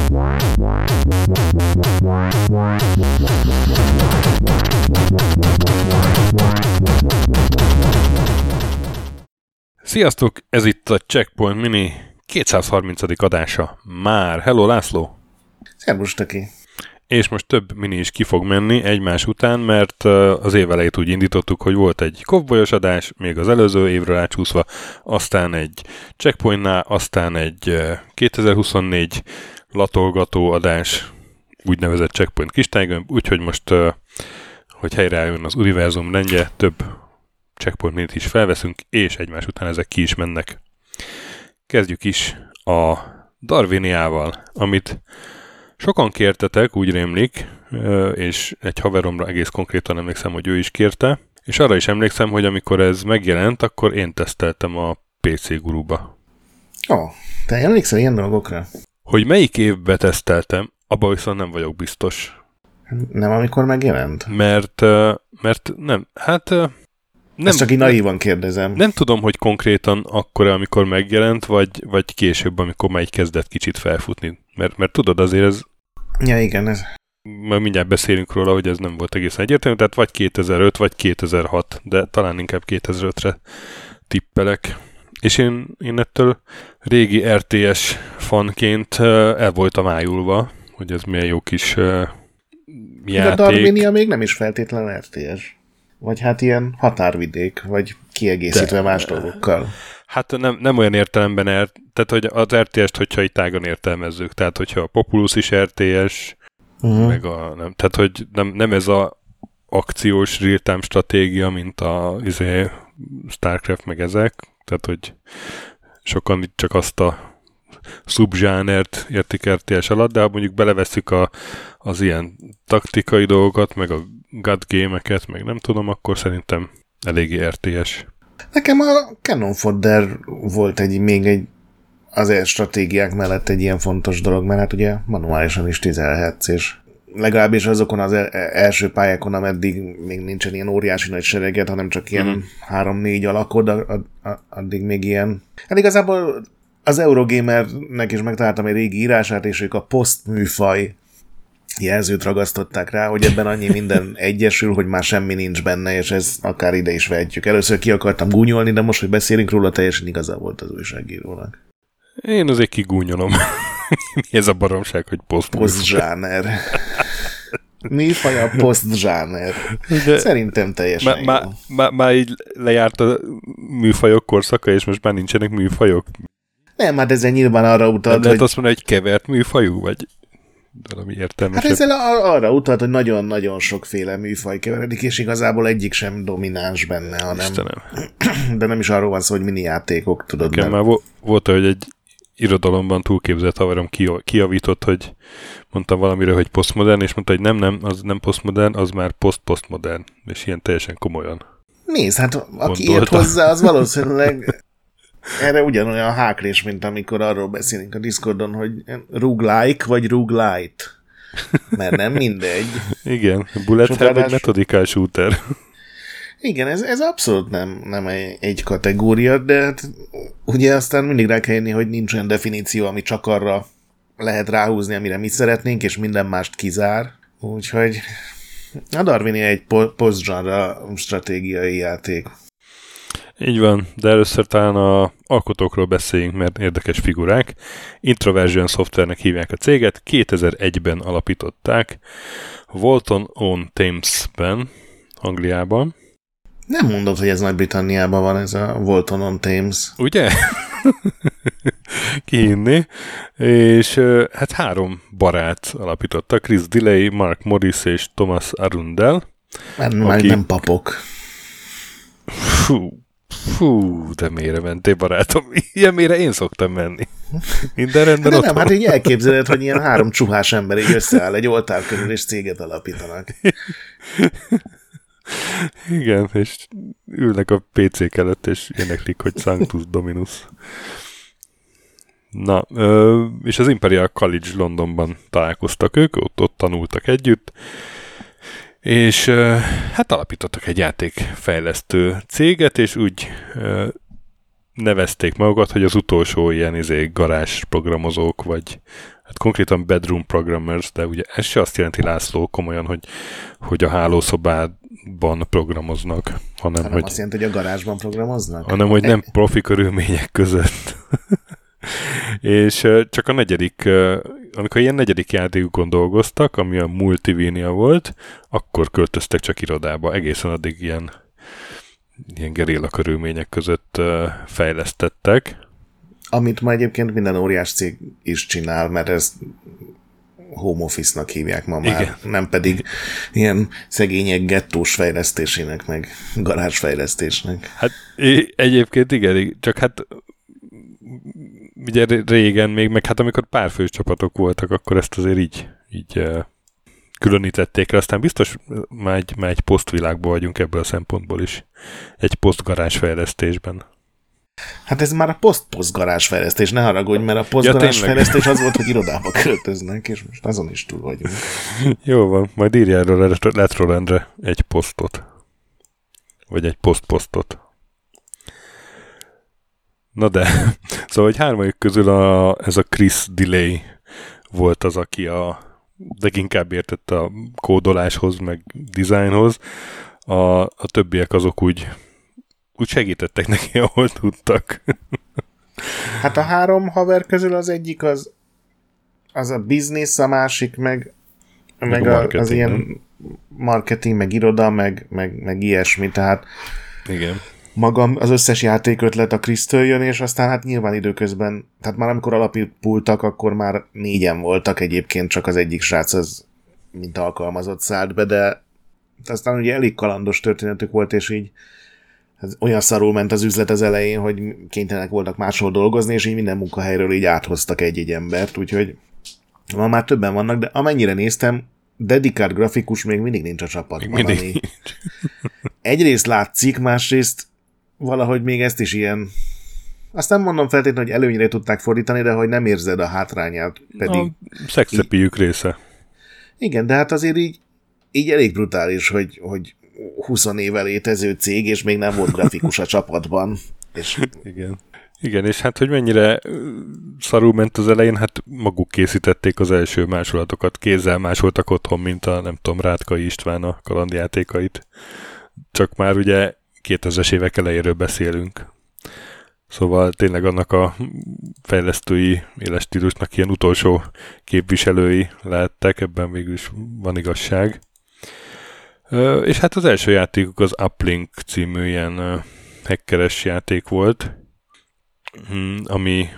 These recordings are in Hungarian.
Sziasztok! Ez itt a Checkpoint Mini 230. adása már. Hello, László! Szervusz, Töki! És most több mini is ki fog menni egymás után, mert az év elejét úgy indítottuk, hogy volt egy kovbolyos adás, még az előző évről átsúszva, aztán egy Checkpointnál, aztán egy 2024 latolgató adás, úgynevezett Checkpoint kistájgömb, úgyhogy most, hogy helyreálljon az univerzum rendje, több Checkpoint Minit is felveszünk, és egymás után ezek ki is mennek. Kezdjük is a Darwiniával, amit sokan kértetek, úgy rémlik, és egy haveromra egész konkrétan emlékszem, hogy ő is kérte, és arra is emlékszem, hogy amikor ez megjelent, akkor én teszteltem a PC Guruba. Te emlékszel ilyen dolgokra? Hogy melyik évben teszteltem, abban viszont nem vagyok biztos. Nem amikor megjelent? Mert nem, hát... Nem, ezt csak így naívan kérdezem. Nem tudom, hogy konkrétan akkor, amikor megjelent, vagy később, amikor már így kezdett kicsit felfutni. Mert tudod, azért ez... Ja, igen, ez... Majd mindjárt beszélünk róla, hogy ez nem volt egészen egyértelmű, tehát vagy 2005, vagy 2006, de talán inkább 2005-re tippelek. És én ettől régi RTS fanként el voltam ájulva, hogy ez milyen jó kis játék. De a Darwinia még nem is feltétlenül RTS. Vagy hát ilyen határvidék, vagy kiegészítve más dolgokkal. Hát nem olyan értelemben, tehát hogy az RTS-t, hogyha itt tágan értelmezzük, tehát hogyha a Populus is RTS, meg tehát hogy nem ez a akciós real-time stratégia, mint a Starcraft meg ezek, tehát hogy sokan itt csak azt a szubzsánert értik RTS alatt, de ha mondjuk belevesszük az ilyen taktikai dolgokat, meg a God game-eket, meg nem tudom, akkor szerintem eléggé RTS. Nekem a Cannon Fodder volt még azért stratégiák mellett egy ilyen fontos dolog, mert hát ugye manuálisan is tüzelhetsz, és legalábbis azokon az első pályákon, ameddig még nincsen ilyen óriási nagy sereget, hanem csak ilyen 3-4 alakod, addig még ilyen. Hát igazából az Eurogamernek is megtaláltam egy régi írását, és ők a posztműfaj jelzőt ragasztották rá, hogy ebben annyi minden egyesül, hogy már semmi nincs benne, és ez akár ide is vehetjük. Először ki akartam gúnyolni, de most, hogy beszélünk róla, teljesen igaza volt az újságírónak. Én azért kigúnyolom. Mi ez a baromság, hogy posztzsáner. Műfaj a posztzsáner. Szerintem teljesen jó. Már így lejárt a műfajok korszaka, és most már nincsenek műfajok? Nem, hát ezzel nyilván arra utalt, lehet azt mondani, hogy kevert műfajú, vagy valami értelmesebb? Hát ezzel arra utalt, hogy nagyon-nagyon sokféle műfaj keveredik, és igazából egyik sem domináns benne, hanem... Istenem. De nem is arról van szó, hogy mini játékok, tudod. Nekem már volt, hogy egy irodalomban túlképzett haverom kijavított, hogy mondtam valamire, hogy posztmodern, és mondta, hogy nem, az nem posztmodern, az már posztmodern, és ilyen teljesen komolyan. Nézd, hát aki ért hozzá, az valószínűleg erre ugyanolyan háklés, mint amikor arról beszélünk a Discordon, hogy roguelike vagy roguelite. Mert nem mindegy. Igen, bullet hell vagy metodical shooter. Igen, ez abszolút nem egy kategória, de hát ugye aztán mindig rá kell jönni, hogy nincs olyan definíció, ami csak arra lehet ráhúzni, amire mi szeretnénk, és minden mást kizár. Úgyhogy a Darwinia egy post-genre stratégiai játék. Így van, de először talán a alkotókról beszéljünk, mert érdekes figurák. Introversion Software-nek hívják a céget, 2001-ben alapították, Walton-on-Thames-ben, Angliában. Nem mondod, hogy ez Nagy-Britanniában van, ez a Walton-on-Thames. Ugye? Ki hinné. És hát 3 barát alapította, Chris Delay, Mark Morris és Thomas Arundel. Már nem papok. Fú, de mélyre mentél, barátom. Ilyen mélyre én szoktam menni. Minden rendben de ott nem, van. Hát így elképzeled, hogy ilyen 3 csuhás ember így összeáll egy oltár körül, és céget alapítanak. Igen, és ülnek a PC-k előtt, és éneklik, hogy Sanctus Dominus. Na, és az Imperial College Londonban találkoztak ők, ott tanultak együtt, és hát alapítottak egy játékfejlesztő céget, és úgy nevezték magukat, hogy az utolsó ilyen garázs programozók, vagy Hát konkrétan bedroom programmers, de ugye ez se azt jelenti, László, komolyan, hogy a hálószobában programoznak, hanem hogy... azt jelenti, hogy a garázsban programoznak? Hanem, hogy nem profi körülmények között. És csak a negyedik, amikor ilyen negyedik játékukon dolgoztak, ami a Multivinia volt, akkor költöztek csak irodába. Egészen addig ilyen gerilla körülmények között fejlesztettek. Amit ma egyébként minden óriás cég is csinál, mert ezt home office-nak hívják ma már, igen. Nem pedig ilyen szegények gettós fejlesztésének, meg garázsfejlesztésnek. Hát egyébként igen, csak hát ugye régen még, meg hát amikor párfős csapatok voltak, akkor ezt azért így különítették el. Aztán biztos már egy posztvilágban vagyunk ebből a szempontból is. Egy posztgarázsfejlesztésben. Hát ez már a posztgarázsfejlesztés, ne haragudj, mert a posztgarázsfejlesztés az volt, hogy irodába költöznek, és most azon is túl vagyunk. Jó van, majd írjál a Retrolendre egy posztot. Vagy egy posztposztot. Na de, szóval egy hármajuk közül ez a Chris Delay volt az, aki leginkább értett a kódoláshoz, meg dizájnhoz. A többiek azok úgy segítettek neki, ahol tudtak. Hát a három haver közül az egyik az a business, a másik meg az ilyen marketing, meg iroda, meg ilyesmi, tehát igen. Magam az összes játékötlet a Chris-től jön, és aztán hát nyilván időközben, tehát már amikor alapultak, akkor már 4-en voltak egyébként, csak az egyik srác az mint alkalmazott szállt be, de aztán ugye elég kalandos történetük volt, és így olyan szarul ment az üzlet az elején, hogy kénytelenek voltak máshol dolgozni, és így minden munkahelyről így áthoztak egy-egy embert, úgyhogy ma már többen vannak, de amennyire néztem, dedikált grafikus még mindig nincs a csapatban. Ami egyrészt látszik, másrészt valahogy még ezt is ilyen... Azt nem mondom feltétlenül, hogy előnyre tudták fordítani, de hogy nem érzed a hátrányát, pedig... A szexepijük része. Igen, de hát azért így elég brutális, hogy 20 éve létező cég, és még nem volt grafikus a csapatban. És... Igen, és hát hogy mennyire szarul ment az elején, hát maguk készítették az első másolatokat, kézzel másoltak otthon, mint a, nem tudom, Rátkai István a kalandjátékait. Csak már ugye 2000-es évek elejéről beszélünk. Szóval tényleg annak a fejlesztői éles stílusnak ilyen utolsó képviselői lehettek, ebben végül is van igazság. És hát az első játékuk az Uplink című ilyen hackeres játék volt, ami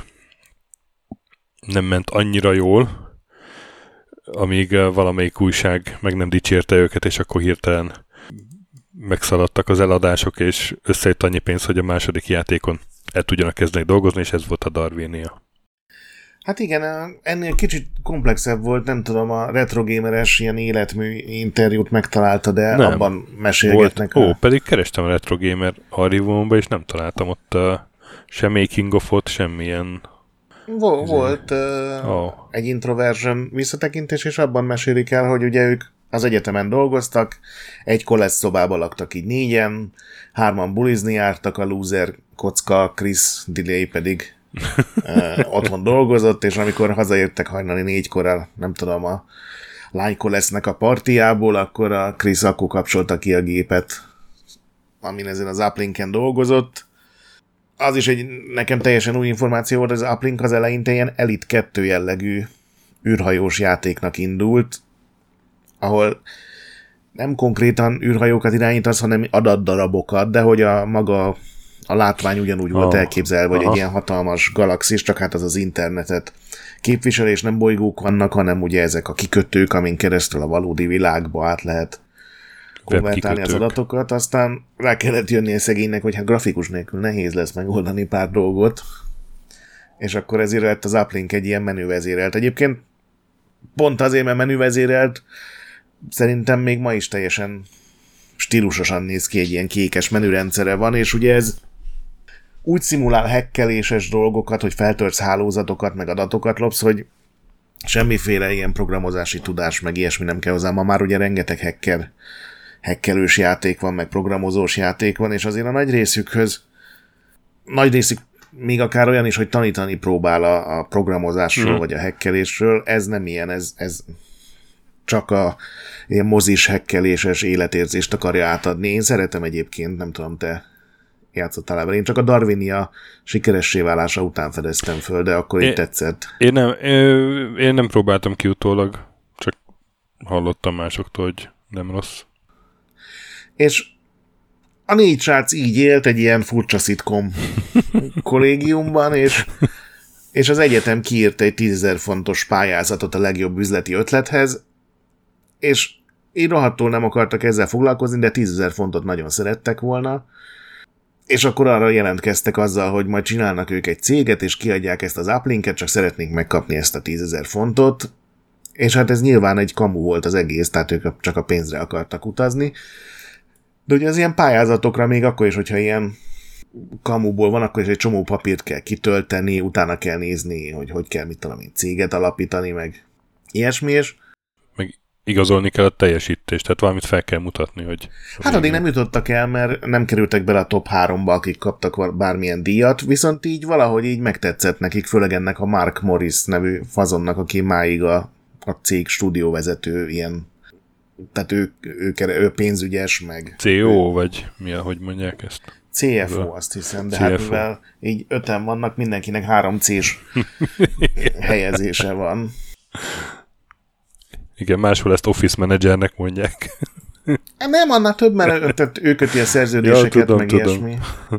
nem ment annyira jól, amíg valamelyik újság meg nem dicsérte őket, és akkor hirtelen megszaladtak az eladások, és összejött annyi pénz, hogy a második játékon el tudjanak kezdeni dolgozni, és ez volt a Darwinia. Hát igen, ennél kicsit komplexebb volt, nem tudom, a retrogameres ilyen életmű interjút megtalálta, de nem, abban mesélgetnek. Pedig kerestem a retrogamer archívumban, és nem találtam ott sem making of-ot, semmilyen... Volt egy introversion visszatekintés, és abban mesélik el, hogy ugye ők az egyetemen dolgoztak, egy kolesz szobában laktak így 4-en, 3-an bulizni jártak, a loser kocka, Chris Delay pedig otthon dolgozott, és amikor hazaértek hajnali 4-kor nem tudom, a lánykolesznek a partiából, akkor a Chris akkor kapcsolta ki a gépet, amin ezen az Uplinken dolgozott. Az is egy nekem teljesen új információ volt, az Uplink az eleinte ilyen Elite 2 jellegű űrhajós játéknak indult, ahol nem konkrétan űrhajókat irányítasz, hanem adatdarabokat, de hogy a látvány ugyanúgy volt elképzelve, hogy egy ilyen hatalmas galaxis, csak hát az az internetet képvisel, és nem bolygók vannak, hanem ugye ezek a kikötők, amin keresztül a valódi világba át lehet konvertálni az adatokat, aztán rá kellett jönni a szegénynek, hogy hát grafikus nélkül nehéz lesz megoldani pár dolgot, és akkor ezért lett az Uplink egy ilyen menüvezérelt. Egyébként pont azért, mert menüvezérelt, szerintem még ma is teljesen stílusosan néz ki, egy ilyen kékes menürendszere van, és ugye ez úgy szimulál hekkeléses dolgokat, hogy feltörsz hálózatokat, meg adatokat lopsz, hogy semmiféle ilyen programozási tudás, meg ilyesmi nem kell hozzá. Ma már ugye rengeteg hekkelős játék van, meg programozós játék van, és azért a nagy részük még akár olyan is, hogy tanítani próbál a programozásról, vagy a hekkelésről, ez nem ilyen, ez csak a ilyen mozis hekkeléses életérzést akarja átadni. Én szeretem egyébként, nem tudom, te játszottál vele. Én csak a Darwinia sikeressé válása után fedeztem föl, de akkor így tetszett. Én nem próbáltam ki utólag, csak hallottam másoktól, hogy nem rossz. És a 4 srác így élt egy ilyen furcsa szitkom kollégiumban, és az egyetem kiírt egy 10 000 fontos pályázatot a legjobb üzleti ötlethez, és így rohadtul nem akartak ezzel foglalkozni, de 10 000 fontot nagyon szerettek volna, és akkor arra jelentkeztek azzal, hogy majd csinálnak ők egy céget, és kiadják ezt az uplinket, csak szeretnék megkapni ezt a 10 000 fontot, és hát ez nyilván egy kamu volt az egész, tehát ők csak a pénzre akartak utazni. De ugye az ilyen pályázatokra még akkor is, hogyha ilyen kamuból van, akkor is egy csomó papírt kell kitölteni, utána kell nézni, hogy kell, mit tudom én, céget alapítani, meg ilyesmi, és meg igazolni kell a teljesítést, tehát valamit fel kell mutatni, hogy... Hát addig nem jutottak el, mert nem kerültek bele a top 3-ba, akik kaptak bármilyen díjat, viszont így valahogy így megtetszett nekik, főleg ennek a Mark Morris nevű fazonnak, aki máig a cég stúdióvezető, ilyen, tehát ő pénzügyes, meg... CO, vagy mi, ahogy mondják ezt? CFO, azt hiszem, de CFO. hát mivel így 5-en vannak, mindenkinek 3 C-s helyezése van. Igen, máshol ezt office managernek mondják. Nem, annál több, mert tehát ő köti a szerződéseket, ja, tudom, meg tudom. ilyesmi.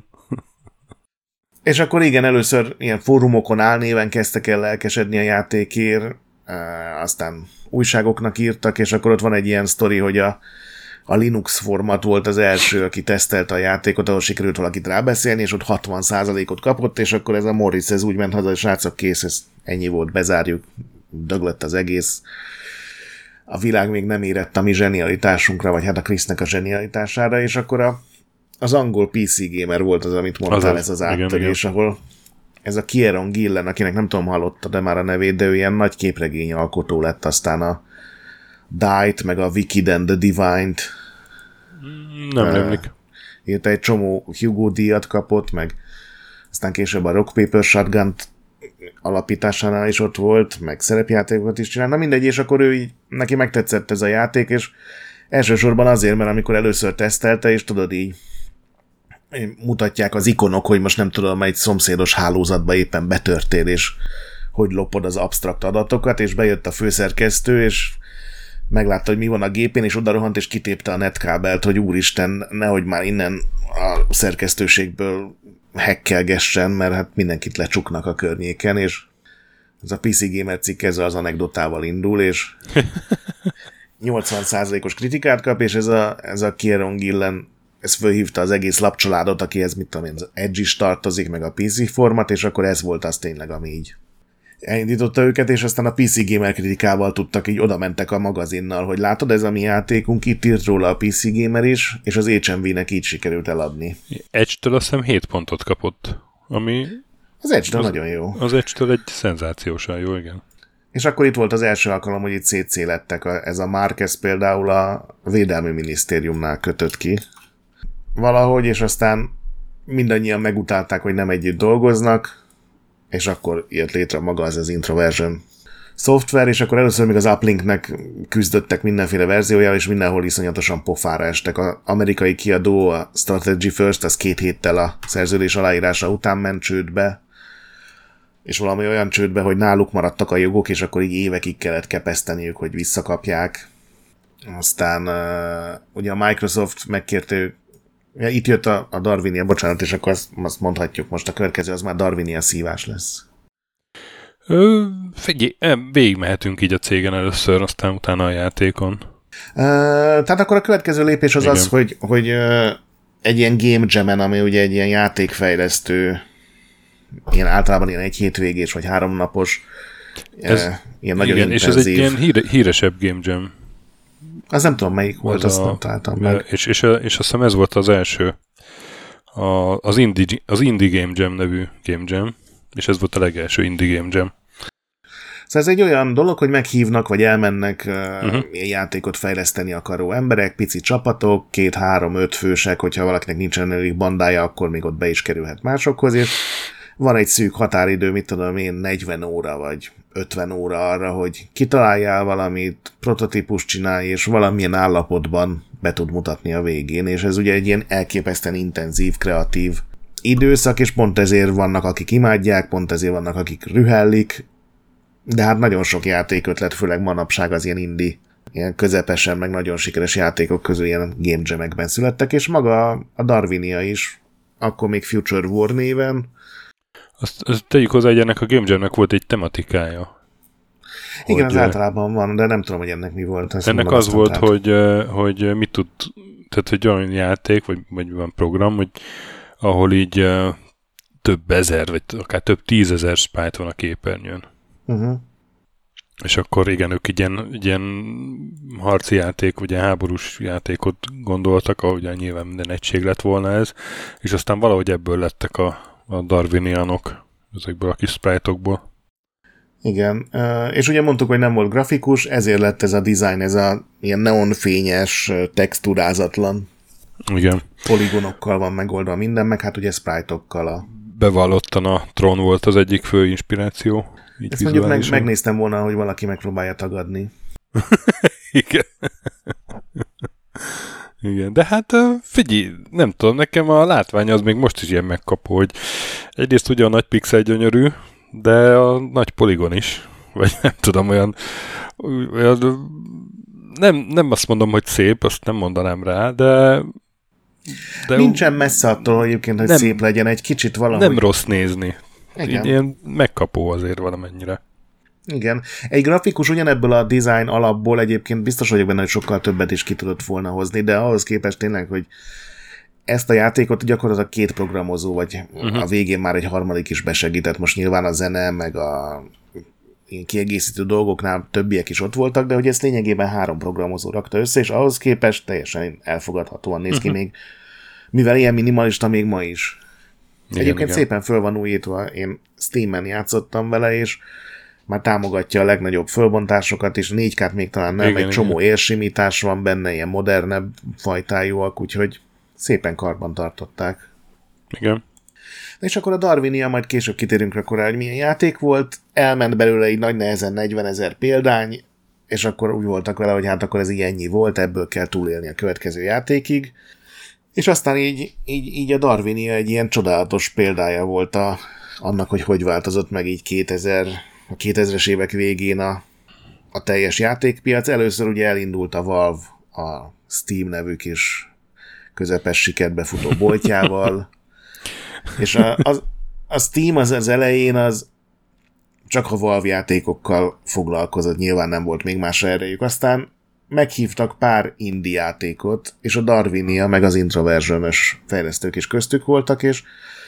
És akkor igen, először ilyen fórumokon álnéven kezdtek el lelkesedni a játékért, aztán újságoknak írtak, és akkor ott van egy ilyen sztori, hogy a Linux format volt az első, aki tesztelte a játékot, ahol sikerült valakit rábeszélni, és ott 60%-ot kapott, és akkor ez a Morris, ez úgy ment haza, hogy srácok, kész, ez ennyi volt, bezárjuk, döglött az egész. A világ még nem érett a mi zsenialitásunkra, vagy hát a Krisznek a zsenialitására, és akkor az angol PC Gamer volt az, amit mondtál, ez az áttörés, ahol ez a Kieron Gillen, akinek nem tudom, hallotta, de már a nevét, de ő ilyen nagy képregény alkotó lett, aztán a Diet, meg a Wicked and the Divine-t. Nem rémlik. Írta egy csomó Hugo díjat kapott, meg aztán később a Rock Paper Shotgun alapításánál is ott volt, meg szerepjátékokat is csinál. Na mindegy, és akkor neki megtetszett ez a játék, és elsősorban azért, mert amikor először tesztelte, és tudod így mutatják az ikonok, hogy most nem tudom, egy szomszédos hálózatba éppen betörtél, és hogy lopod az absztrakt adatokat, és bejött a főszerkesztő, és meglátta, hogy mi van a gépén, és odarohant, és kitépte a netkábelt, hogy úristen, nehogy már innen a szerkesztőségből hackelgessen, mert hát mindenkit lecsuknak a környéken, és ez a PC Gamer cikk ezzel az anekdotával indul, és 80%-os kritikát kap, és ez a Kieron Gillen, ez fölhívta az egész lapcsaládot, akihez, mit tudom én, az Edge is tartozik, meg a PC format, és akkor ez volt az tényleg, ami így elindította őket, és aztán a PC Gamer kritikával tudtak, így oda mentek a magazinnal, hogy látod, ez a mi játékunk, itt írt róla a PC Gamer is, és az HMV-nek így sikerült eladni. Edge-től azt hiszem 7 pontot kapott, ami... Az Edge-től nagyon jó. Az Edge-től egy szenzációsan jó, igen. És akkor itt volt az első alkalom, hogy itt szétszélettek. Ez a Marquez például a Védelmi Minisztériumnál kötött ki valahogy, és aztán mindannyian megutálták, hogy nem együtt dolgoznak, és akkor jött létre maga az Introversion szoftver, és akkor először még az Uplinknek küzdöttek mindenféle verziójával, és mindenhol iszonyatosan pofára estek. Az amerikai kiadó, a Strategy First, az 2 héttel a szerződés aláírása után ment csődbe, és valami olyan csődbe, hogy náluk maradtak a jogok, és akkor így évekig kellett kepeszteniük, hogy visszakapják. Aztán ugye a Microsoft megkérte, itt jött a Darwinia, bocsánat, és akkor azt mondhatjuk most, a következő az már Darwinia szívás lesz. Figyelj, végigmehetünk így a cégen először, aztán utána a játékon. Tehát akkor a következő lépés az az, hogy egy ilyen game jam-en, ami ugye egy ilyen játékfejlesztő, ilyen általában ilyen 1 hétvégés vagy 3 napos, ilyen nagyon igen, intenzív. És ez egy ilyen híresebb game jam. Az nem tudom, melyik volt, azt nem találtam meg. És azt hiszem ez volt az első. Az Indie Game Jam nevű Game Jam, és ez volt a legelső Indie Game Jam. Szóval ez egy olyan dolog, hogy meghívnak, vagy elmennek ilyen játékot fejleszteni akaró emberek, pici csapatok, 2-3-5 fősek, hogyha valakinek nincsen elég bandája, akkor még ott be is kerülhet másokhoz, és van egy szűk határidő, mit tudom én, 40 óra vagy 50 óra arra, hogy kitaláljál valamit, prototípust csinálj, és valamilyen állapotban be tud mutatni a végén, és ez ugye egy ilyen elképesztően intenzív, kreatív időszak, és pont ezért vannak, akik imádják, pont ezért vannak, akik rühellik, de hát nagyon sok játékötlet, főleg manapság az ilyen indie, ilyen közepesen, meg nagyon sikeres játékok közül ilyen game jam-ekben születtek, és maga a Darwinia is, akkor még Future War néven. Azt tegyük hozzá, hogy ennek a game jam-nek volt egy tematikája. Igen, az általában van, de nem tudom, hogy ennek mi volt. Ennek az volt, hogy mit tud, tehát hogy olyan játék, vagy van program, hogy ahol így több ezer, vagy akár több 10 000 sprite van a képernyőn. Uh-huh. És akkor igen, ők ilyen harci játék, vagy ilyen háborús játékot gondoltak, ahogy nyilván minden egység lett volna ez, és aztán valahogy ebből lettek a Darwinianok, ezekből a kis sprite-okból. Igen, és ugye mondtuk, hogy nem volt grafikus, ezért lett ez a design, ez a ilyen neonfényes, texturázatlan. Igen. Poligonokkal van megoldva minden, meg hát ugye sprite-okkal. Bevallottan a Tron volt az egyik fő inspiráció. Ezt mondjuk megnéztem volna, hogy valaki megpróbálja tagadni. Igen. Igen, de hát figyelj, nem tudom, nekem a látvány az még most is ilyen megkapó, hogy egyrészt ugye a nagy pixel gyönyörű, de a nagy poligon is, vagy nem tudom, olyan nem azt mondom, hogy szép, azt nem mondanám rá, de nincsen messze attól, hogy egyébként, hogy nem, szép legyen, egy kicsit valahogy. Nem rossz nézni. Igen. Ilyen megkapó azért valamennyire. Igen. Egy grafikus ugyanebből a design alapból egyébként biztos vagyok benne, hogy sokkal többet is ki tudott volna hozni, de ahhoz képest tényleg, hogy ezt a játékot gyakorlatilag 2 programozó, vagy a végén már egy harmadik is besegített. Most nyilván a zene, meg a kiegészítő dolgoknál többiek is ott voltak, de hogy ezt lényegében 3 programozó rakta össze, és ahhoz képest teljesen elfogadhatóan néz ki még, mivel ilyen minimalista még ma is. Igen, egyébként igen. Szépen föl van újítva, én Steamen játszottam vele, és már támogatja a legnagyobb fölbontásokat, és 4K-t még talán nem, igen, egy csomó érsimítás van benne, ilyen modernebb fajtájúak, úgyhogy szépen karban tartották. Igen. És akkor a Darwinia, majd később kitérünk rá, hogy milyen játék volt, elment belőle egy nagy nehezen 40 000 példány, és akkor úgy voltak vele, hogy hát akkor ez így ennyi volt, ebből kell túlélni a következő játékig. És aztán így a Darwinia egy ilyen csodálatos példája volt annak, hogy változott meg így a 2000-es évek végén a teljes játékpiac. Először ugye elindult a Valve a Steam nevű kis közepes sikerbe futó boltjával, és a Steam az elején az csak a Valve játékokkal foglalkozott, nyilván nem volt még másra erejük. Aztán meghívtak pár indie játékot, és a Darwinia meg az Introversion-ös fejlesztők is köztük voltak, és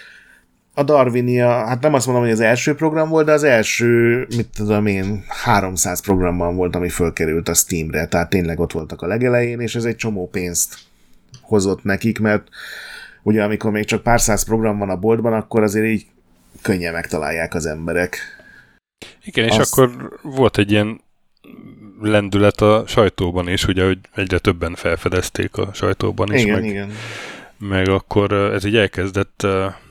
a Darwinia, hát nem azt mondom, hogy az első program volt, de az első, mit tudom én, 300 programban volt, ami fölkerült a Steamre, tehát tényleg ott voltak a legelején, és ez egy csomó pénzt hozott nekik, mert ugye amikor még csak pár száz program van a boltban, akkor azért így könnyen megtalálják az emberek. Igen, és akkor volt egy ilyen lendület a sajtóban is, ugye, hogy egyre többen felfedezték a sajtóban is, igen. Meg akkor ez így elkezdett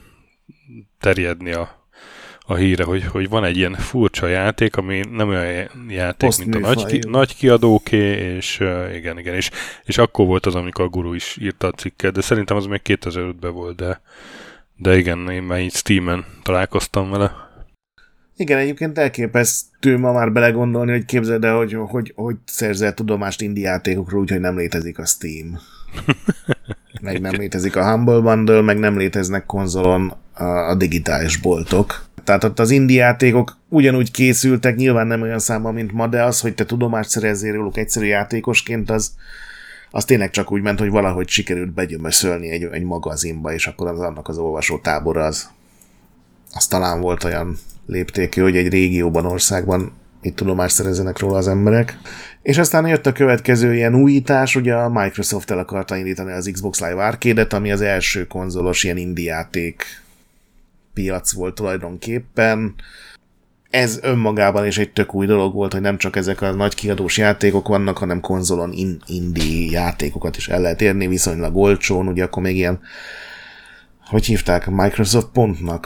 terjedni a híre, hogy van egy ilyen furcsa játék, ami nem olyan játék, mint a nagy kiadóké, és igen, és akkor volt az, amikor a Guru is írta a cikket, de szerintem az még 2005-ben volt, de igen, én már így Steamen találkoztam vele. Igen, egyébként elképesztő ma már belegondolni, hogy képzeld el, hogy szerzel tudomást indie játékokról, úgyhogy nem létezik a Steam. Meg nem létezik a Humble Bundle, meg nem léteznek konzolon a digitális boltok. Tehát ott az indie játékok ugyanúgy készültek, nyilván nem olyan számban, mint ma, de az, hogy te tudomást szerezzél róluk egyszerű játékosként, az tényleg csak úgy ment, hogy valahogy sikerült begyömöszölni egy magazinba, és akkor annak az olvasótábor az talán volt olyan léptékű, hogy egy régióban, országban itt tudomást szerezzenek róla az emberek. És aztán jött a következő ilyen újítás, ugye a Microsoft el akarta indítani az Xbox Live Arcade-et, ami az első konzolos ilyen indie játék piac volt tulajdonképpen. Ez önmagában is egy tök új dolog volt, hogy nem csak ezek a nagy kiadós játékok vannak, hanem konzolon indie játékokat is el lehet érni viszonylag olcsón, ugye akkor még ilyen, hogy hívták, Microsoft Pontnak?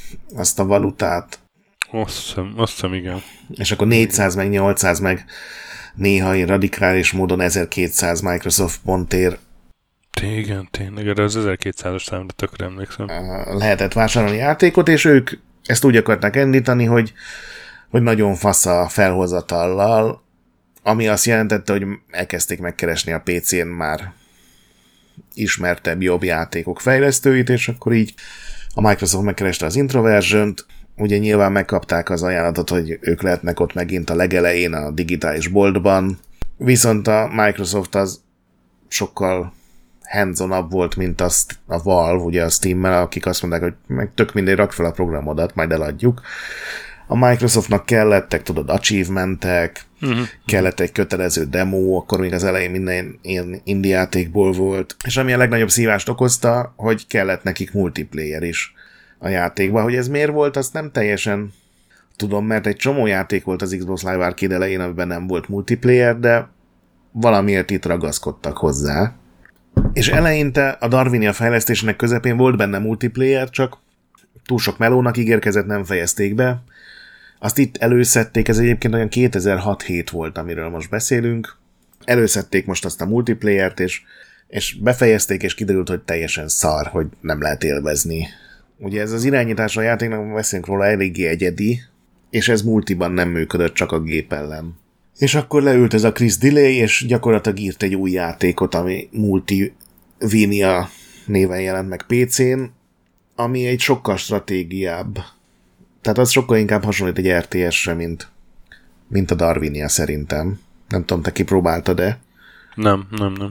azt a valutát. Azt hiszem, igen. És akkor 400 meg 800 meg néha radikális módon 1200 Microsoft pontér. Igen, tényleg, erre az 1200-as számra tökre emlékszem. Lehetett vásárolni játékot, és ők ezt úgy akarták indítani, hogy nagyon fasz a felhozatallal, ami azt jelentette, hogy elkezdték megkeresni a PC-n már ismertebb, jobb játékok fejlesztőit, és akkor így a Microsoft megkereste az Introversion-t, ugye nyilván megkapták az ajánlatot, hogy ők lehetnek ott megint a legelején a digitális boltban, viszont a Microsoft az sokkal hands-on-abb volt, mint a Valve, ugye a Steam-mel, akik azt mondták, hogy meg tök mindegy, rak fel a programodat, majd eladjuk. A Microsoftnak kellettek, tudod, achievementek, kellett egy kötelező demo, akkor még az elején minden ilyen indie játékból volt, és ami a legnagyobb szívást okozta, hogy kellett nekik multiplayer is a játékban. Hogy ez miért volt, azt nem teljesen tudom, mert egy csomó játék volt az Xbox Live Arcade elején, amiben nem volt multiplayer, de valamiért itt ragaszkodtak hozzá. És eleinte a Darwinia fejlesztésének közepén volt benne multiplayer, csak túl sok melónak ígérkezett, nem fejezték be. Azt itt előszedték, ez egyébként olyan 2006-7 volt, amiről most beszélünk. Előszedték most azt a multiplayert, és befejezték, és kiderült, hogy teljesen szar, hogy nem lehet élvezni. Ugye ez az irányítás a játéknak, beszélünk róla, eléggé egyedi, és ez multiban nem működött, csak a gép ellen. És akkor leült ez a Chris Delay, és gyakorlatilag írt egy új játékot, ami Multivinia néven jelent meg PC-n, ami egy sokkal stratégiább. Tehát az sokkal inkább hasonlít egy RTS-re, mint a Darwinia szerintem. Nem tudom, te kipróbáltad-e? Nem.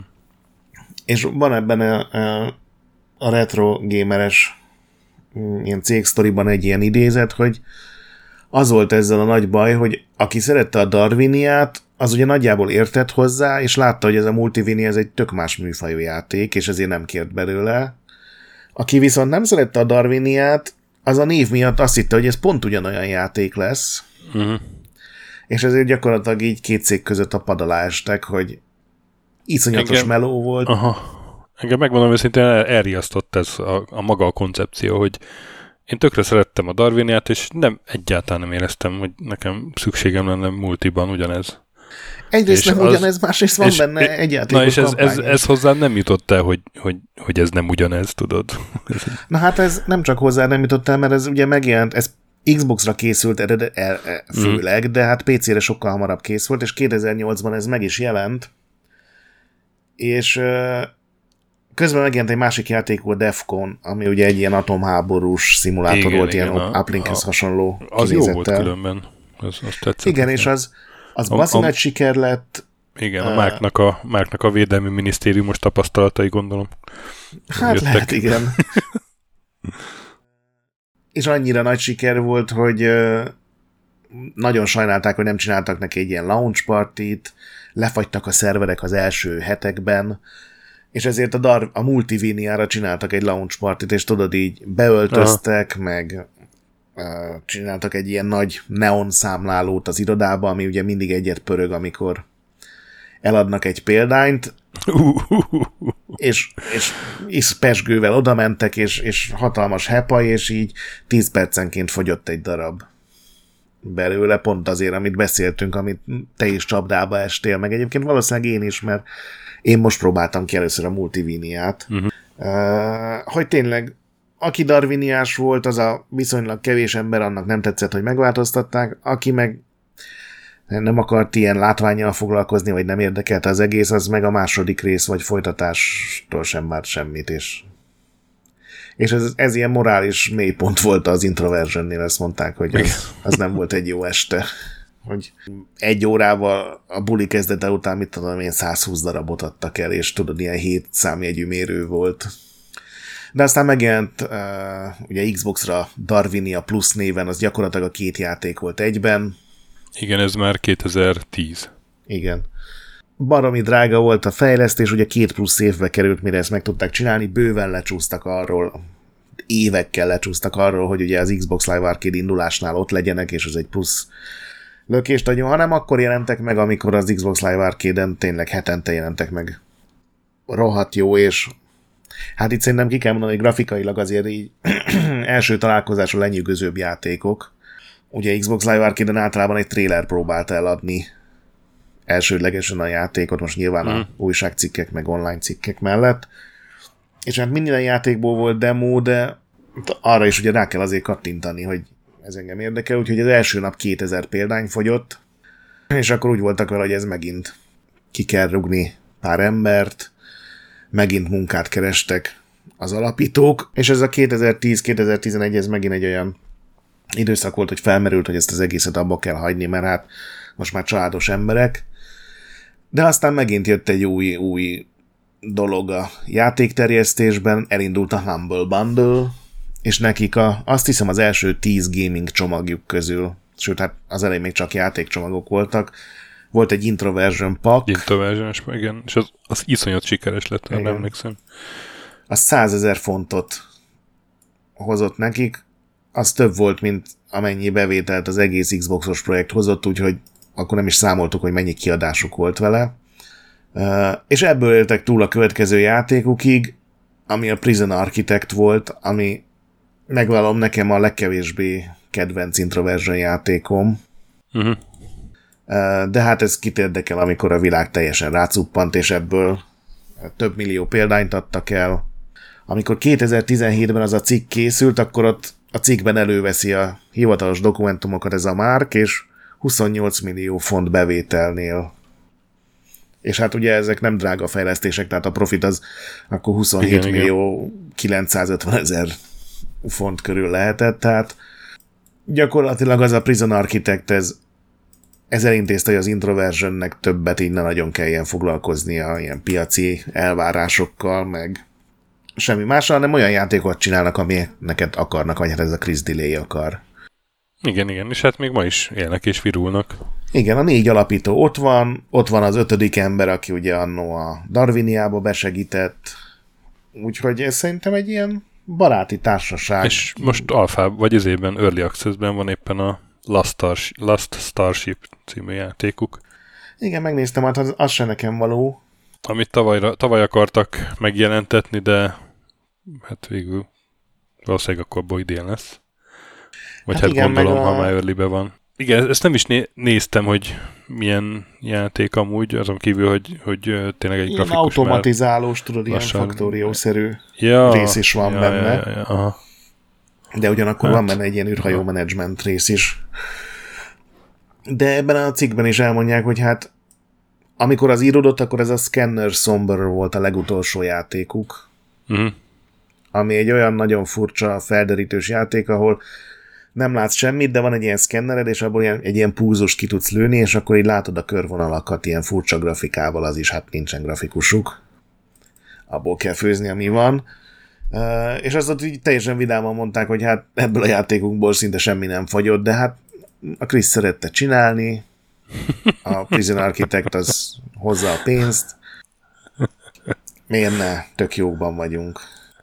És van ebben a retro gameres ilyen cégsztoriban egy ilyen idézet, hogy az volt ezzel a nagy baj, hogy aki szerette a Darwiniát, az ugye nagyjából értett hozzá, és látta, hogy ez a Multivinia ez egy tök más műfajú játék, és ezért nem kért belőle. Aki viszont nem szerette a Darwiniát, az a név miatt azt hitte, hogy ez pont ugyanolyan játék lesz, és ezért gyakorlatilag így két cég között a pad alá estek, hogy iszonyatos meló volt. Engem megmondom őszintén, elriasztott ez a maga a koncepció, hogy én tökre szerettem a Darwiniát, és egyáltalán nem éreztem, hogy nekem szükségem lenne multiban ugyanez. Egyrészt nem ugyanez, másrészt van benne egy játékos kampány. Na és ez hozzám nem jutott el, hogy ez nem ugyanez, tudod? Na hát ez nem csak hozzá nem jutott el, mert ez ugye megjelent, ez Xbox-ra készült főleg, de hát PC-re sokkal hamarabb készült, és 2008-ban ez meg is jelent, és közben megjelent egy másik játék volt, Defcon, ami ugye egy ilyen atomháborús szimulátor volt, ilyen Uplinkhez hasonló az kinézettel. Jó volt különben. Az tetszett. Igen, és az baszi nagy siker lett. Igen, a Márknak a Védelmi Minisztériumos tapasztalatai, gondolom. Hát jöttek. Lehet, igen. És annyira nagy siker volt, hogy nagyon sajnálták, hogy nem csináltak neki egy ilyen launch partit, lefagytak a szerverek az első hetekben, és ezért a Multiviniára csináltak egy launch partit, és tudod, így beöltöztek, meg csináltak egy ilyen nagy neon számlálót az irodába, ami ugye mindig egyet pörög, amikor eladnak egy példányt, és pezsgővel oda mentek, és hatalmas hepa, és így 10 percenként fogyott egy darab belőle, pont azért, amit beszéltünk, amit te is csapdába estél, meg egyébként valószínűleg én is, mert én most próbáltam ki először a Multiviniát. Hogy tényleg, aki darwiniás volt, az a viszonylag kevés ember, annak nem tetszett, hogy megváltoztatták, aki meg nem akart ilyen látvánnyal foglalkozni, vagy nem érdekelte az egész, az meg a második rész, vagy folytatástól sem várt semmit, és ez ilyen morális mélypont volt az Introversionnél, ezt mondták, hogy az nem volt egy jó este. Hogy egy órával a buli kezdete után, mit tudom én, 120 darabot adtak el, és tudod, ilyen 7 számjegyű mérő volt. De aztán megjelent ugye Xbox-ra Darwinia Plus néven, az gyakorlatilag a két játék volt egyben. Igen, ez már 2010. Igen. Baromi drága volt a fejlesztés, ugye 2+ évbe került, mire ezt meg tudták csinálni, bőven lecsúsztak arról, évekkel lecsúsztak arról, hogy ugye az Xbox Live Arcade indulásnál ott legyenek, és ez egy plusz lökést adjon, hanem akkor jelentek meg, amikor az Xbox Live Arcade-en tényleg hetente jelentek meg rohadt jó és Hát itt szerintem ki kell mondani, hogy grafikailag azért így első találkozásra lenyűgözőbb játékok. Ugye Xbox Live Arcade-en általában egy trailer próbált eladni elsődlegesen a játékot, most nyilván a újságcikkek meg online cikkek mellett. És hát minden játékból volt demo, de arra is ugye rá kell azért kattintani, hogy ez engem érdekel, úgyhogy az első nap 2000 példány fogyott, és akkor úgy voltak vele, hogy ez megint ki kell rugni pár embert, megint munkát kerestek az alapítók, és ez a 2010-2011 ez megint egy olyan időszak volt, hogy felmerült, hogy ezt az egészet abba kell hagyni, mert hát most már családos emberek, de aztán megint jött egy új dolog a játékterjesztésben, elindult a Humble Bundle, és nekik azt hiszem az első 10 gaming csomagjuk közül, sőt, hát az elején még csak játékcsomagok voltak, volt egy Introversion Pack. Introversion, igen, és az iszonyat sikeres lett, nem emlékszem. Az 100 000 fontot hozott nekik, az több volt, mint amennyi bevételt az egész Xboxos projekt hozott, úgyhogy akkor nem is számoltuk, hogy mennyi kiadásuk volt vele. És ebből éltek túl a következő játékukig, ami a Prison Architect volt, ami megvallom nekem a legkevésbé kedvenc Introversion játékom. Uh-huh. De hát ez kit érdekel, amikor a világ teljesen rácuppant, és ebből több millió példányt adtak el. Amikor 2017-ben az a cikk készült, akkor ott a cikkben előveszi a hivatalos dokumentumokat ez a márk, és 28 millió font bevételnél. És hát ugye ezek nem drága fejlesztések, tehát a profit az akkor 27 igen, millió 950 000 font körül lehetett, tehát gyakorlatilag az a Prison Architect ez elintézte, hogy az Introversionnek többet így ne nagyon kelljen foglalkoznia ilyen piaci elvárásokkal, meg semmi mással, hanem olyan játékot csinálnak, amiket akarnak, vagy hát ez a Chris Delay akar. Igen, és hát még ma is élnek és virulnak. Igen, a 4 alapító ott van az 5. ember, aki ugye annó a Darwiniába besegített, úgyhogy ez szerintem egy ilyen baráti társaság. És most alfában, vagy ezében Early Access-ben van éppen a Last Starship című játékuk. Igen, megnéztem, hát az se nekem való. Amit tavaly akartak megjelentetni, de hát végül valószínűleg akkor abból idén lesz. Vagy hát igen, gondolom, ha már early-be van. Igen, ezt nem is néztem, hogy milyen játék amúgy, azon kívül, hogy tényleg egy grafikus automatizálós, tudod, ilyen faktóriószerű rész is van benne. Aha. De ugyanakkor van benne egy ilyen űrhajó management rész is. De ebben a cikkben is elmondják, hogy hát amikor az íródott, akkor ez a Scanner Somber volt a legutolsó játékuk. Ami egy olyan nagyon furcsa felderítős játék, ahol nem látsz semmit, de van egy ilyen szkennered, és abból egy ilyen púzust ki tudsz lőni, és akkor így látod a körvonalakat ilyen furcsa grafikával, az is, hát nincsen grafikusuk. Abból kell főzni, ami van. És azt ott így teljesen vidáman mondták, hogy hát ebből a játékunkból szinte semmi nem fagyott, de hát a Chris szerette csinálni, a Prison Architect az hozza a pénzt. Miért ne? Tök jókban vagyunk.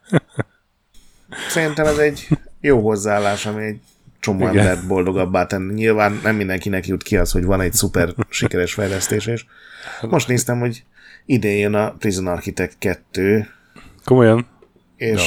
Szerintem ez egy jó hozzáállás, ami egy csomó embert boldogabbá tenni. Nyilván nem mindenkinek jut ki az, hogy van egy szuper sikeres fejlesztés, és most néztem, hogy idén jön a Prison Architect 2. Komolyan? És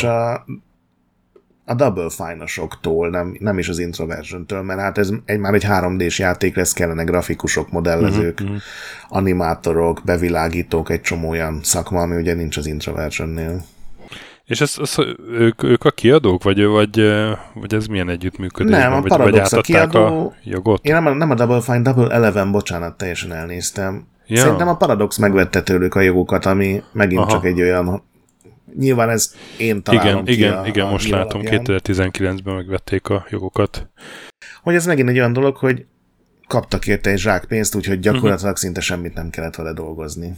a Double Fine-osoktól, nem is az Introversion-től, mert hát ez már egy 3D-s játék lesz, kellene grafikusok, modellezők, animátorok, bevilágítók, egy csomó olyan szakma, ami ugye nincs az Introversion-nél. És ők a kiadók, vagy ez milyen együttműködés? Nem, a Paradox a kiadó. A jogot? Én nem a Double Fine, Double Eleven, bocsánat, teljesen elnéztem. Ja. Szerintem a Paradox megvette tőlük a jogokat, ami megint csak egy olyan... Nyilván ez én találom Igen, most látom, 2019-ben megvették a jogokat. Hogy ez megint egy olyan dolog, hogy kaptak érte egy zsák pénzt, úgyhogy gyakorlatilag szinte semmit nem kellett vele dolgozni.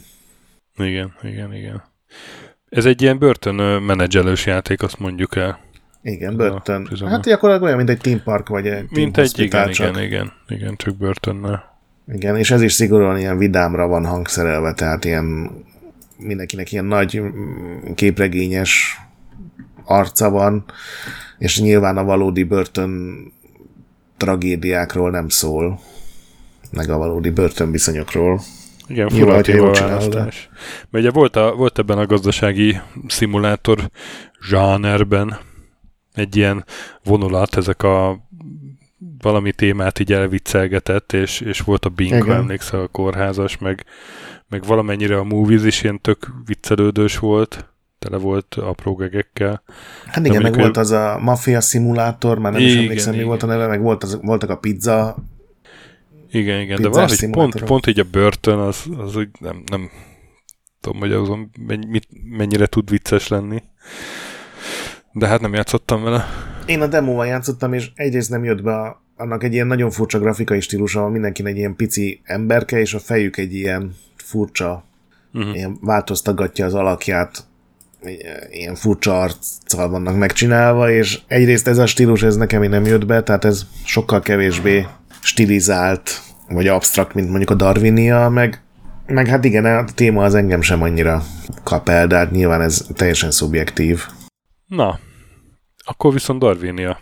Igen. Ez egy ilyen börtönmenedzselős játék, azt mondjuk el. Igen, börtön. Hát gyakorlatilag olyan, mint egy Team Park, vagy egy Team Hospital, igen, csak börtönnel. Igen, és ez is szigorúan ilyen vidámra van hangszerelve, tehát ilyen mindenkinek ilyen nagy képregényes arca van, és nyilván a valódi börtön tragédiákról nem szól, meg a valódi börtönviszonyokról. Igen, fura témaválasztás. Mert ugye volt ebben a gazdasági szimulátor zsánerben egy ilyen vonulat, ezek a valami témát így elviccelgetett, és volt a Bing, ha emlékszel, a kórházas, meg valamennyire a Movies is ilyen tök viccelődős volt, tele volt apró gegekkel. Hát igen, meg volt az a Mafia szimulátor, már nem is emlékszem, mi volt a neve, meg voltak a pizza. Igen, de valahogy pont így a börtön, az úgy nem tudom, hogy azon mennyire tud vicces lenni. De hát nem játszottam vele. Én a demóval játszottam, és egyrészt nem jött be annak egy ilyen nagyon furcsa grafikai stílus, ahol mindenkinek egy ilyen pici emberke, és a fejük egy ilyen furcsa, ilyen változtatgatja az alakját, ilyen furcsa arccal vannak megcsinálva, és egyrészt ez a stílus, ez nekem nem jött be, tehát ez sokkal kevésbé stilizált, vagy absztrakt, mint mondjuk a Darwinia, meg hát igen, a téma az engem sem annyira kap el, de hát nyilván ez teljesen szubjektív. Na, akkor viszont Darwinia.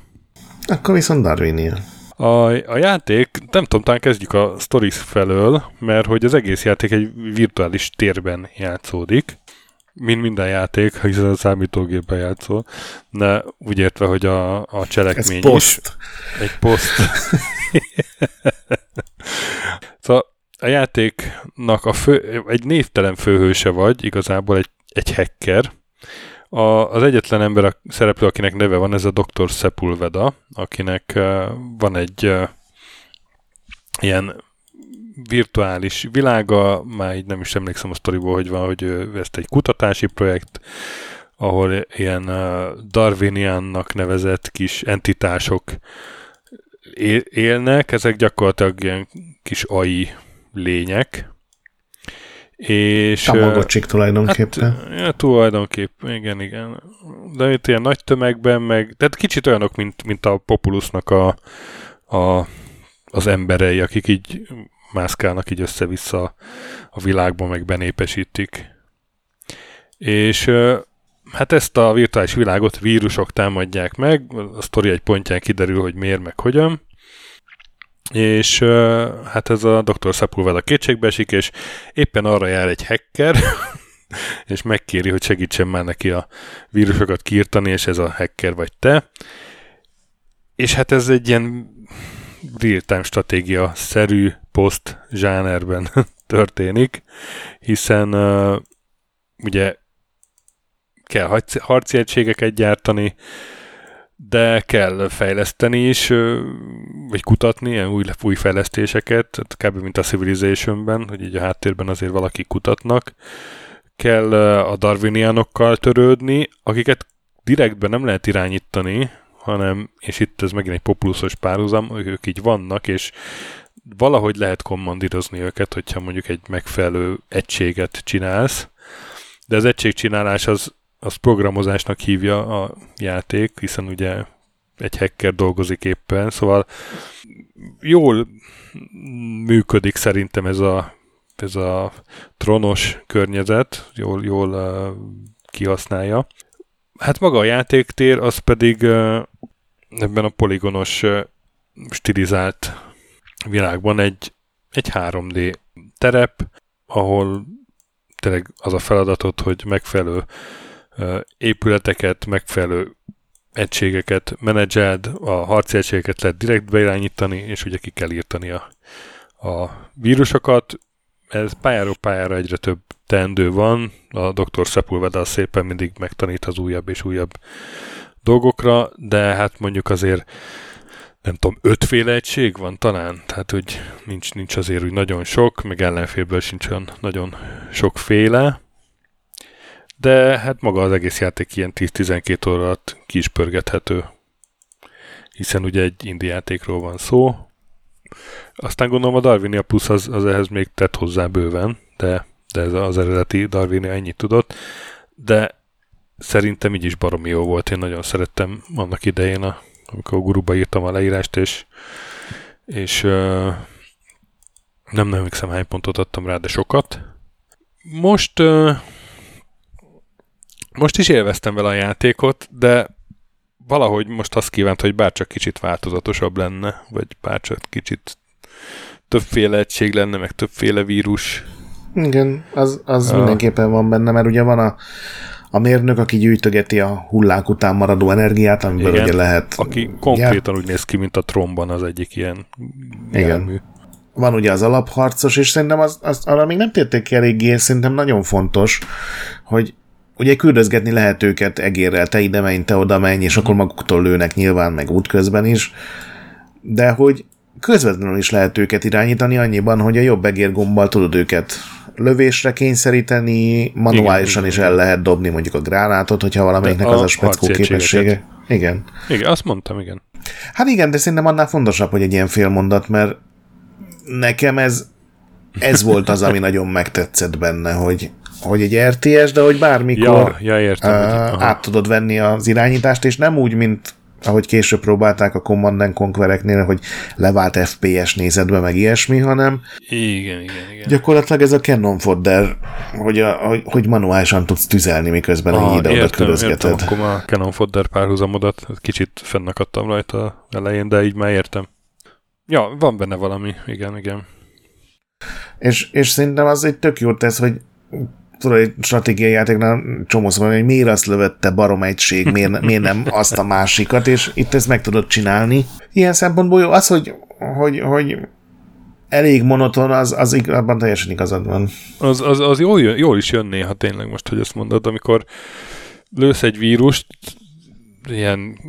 A játék, nem tudom, talán kezdjük a stories felől, mert hogy az egész játék egy virtuális térben játszódik, mint minden játék, hiszen a számítógépben játszol, de úgy értve, hogy a cselekmény is. Egy poszt. Szóval a játéknak egy névtelen főhőse vagy, igazából egy hacker. Az egyetlen ember, a szereplő, akinek neve van, ez a Dr. Sepulveda, akinek van egy ilyen virtuális világa, már így nem is emlékszem a sztoriból, hogy van, hogy ezt egy kutatási projekt, ahol ilyen Darwiniannak nevezett kis entitások élnek, ezek gyakorlatilag ilyen kis AI lények. És Tamagotchik tulajdonképpen. Hát tulajdonképpen, igen. De itt ilyen nagy tömegben, tehát kicsit olyanok, mint a Populusnak az emberei, akik így mászkálnak így össze-vissza a világban, meg benépesítik. És hát ezt a virtuális világot vírusok támadják meg, a sztori egy pontján kiderül, hogy miért, meg hogyan. És hát ez a Dr. Sepulveda kétségbe esik, és éppen arra jár egy hacker, és megkéri, hogy segítsen már neki a vírusokat kiirtani, és ez a hacker vagy te. És hát ez egy ilyen real-time stratégia-szerű post-zsánerben történik, hiszen ugye kell harci egységeket gyártani, de kell fejleszteni is, vagy kutatni ilyen új fejlesztéseket, kb. Mint a Civilizationben, hogy így a háttérben azért valaki kutatnak. Kell a darwinianokkal törődni, akiket direktben nem lehet irányítani, hanem, és itt ez megint egy populuszos párhuzam, ők így vannak, és valahogy lehet kommandírozni őket, hogyha mondjuk egy megfelelő egységet csinálsz, de az egységcsinálás az programozásnak hívja a játék, hiszen ugye egy hacker dolgozik éppen, szóval jól működik szerintem ez a trónos környezet, jól kihasználja. Hát maga a játéktér, az pedig ebben a poligonos stilizált világban egy 3D terep, ahol tényleg az a feladatod, hogy megfelelő épületeket, megfelelő egységeket menedzseld, a harci egységeket lehet direkt beirányítani, és ugye ki kell írtani a vírusokat. Ez pályáról pályára egyre több teendő van, a Dr. Sepulveda szépen mindig megtanít az újabb és újabb dolgokra, de hát mondjuk azért nem tudom, 5 féle egység van talán, tehát hogy nincs azért úgy nagyon sok, meg ellenfélből sincs olyan nagyon sokféle, de hát maga az egész játék ilyen 10-12 óra alatt ki is pörgethető, hiszen ugye egy indie játékról van szó. Aztán gondolom a Darwinia Plus az ehhez még tett hozzá bőven, de ez az eredeti Darwinia ennyit tudott, de szerintem így is baromi jó volt, én nagyon szerettem annak idején, amikor a guruba írtam a leírást, és nem emlékszem hány pontot adtam rá, de sokat. Most is élveztem vele a játékot, de valahogy most azt kívánt, hogy bárcsak kicsit változatosabb lenne, vagy bárcsak kicsit többféle egység lenne, meg többféle vírus. Igen, az mindenképpen van benne, mert ugye van a mérnök, aki gyűjtögeti a hullák után maradó energiát, amiből igen, ugye lehet... aki konkrétan úgy néz ki, mint a Tronban az egyik ilyen jármű. Van ugye az alapharcos, és szerintem arra még nem térték ki eléggé, és szerintem nagyon fontos, hogy ugye küldözgetni lehet őket egérrel, te ide menj, te oda menj, és akkor maguktól lőnek nyilván, meg útközben is, de hogy közvetlenül is lehet őket irányítani annyiban, hogy a jobb egérgombbal tudod őket lövésre kényszeríteni, manuálisan is el lehet dobni mondjuk a gránátot, hogyha valamelyiknek az a speckó képessége. Igen. Igen, azt mondtam, igen. Hát igen, de szerintem annál fontosabb, hogy egy ilyen félmondat, mert nekem ez volt az, ami nagyon megtetszett benne, hogy egy RTS, de hogy bármikor értem, át tudod venni az irányítást, és nem úgy, mint ahogy később próbálták a Command & Conquereknél, hogy levált FPS nézetbe, meg ilyesmi, hanem igen. Gyakorlatilag ez a cannon fodder, hogy manuálisan tudsz tüzelni, miközben így ide-oda külözgeted. Értem, akkor a cannon fodder párhuzamodat kicsit fennakadtam rajta elején, de így már értem. Ja, van benne valami, igen. És szerintem az egy tök jó tesz, hogy tudod, egy stratégiai játéknál csomószor van, hogy miért azt lövette barom egység, miért nem azt a másikat, és itt ezt meg tudod csinálni. Ilyen szempontból jó, az, hogy elég monoton, abban teljesen igazad van. Az jól is jön néha tényleg most, hogy ezt mondod, amikor lősz egy vírust, ilyen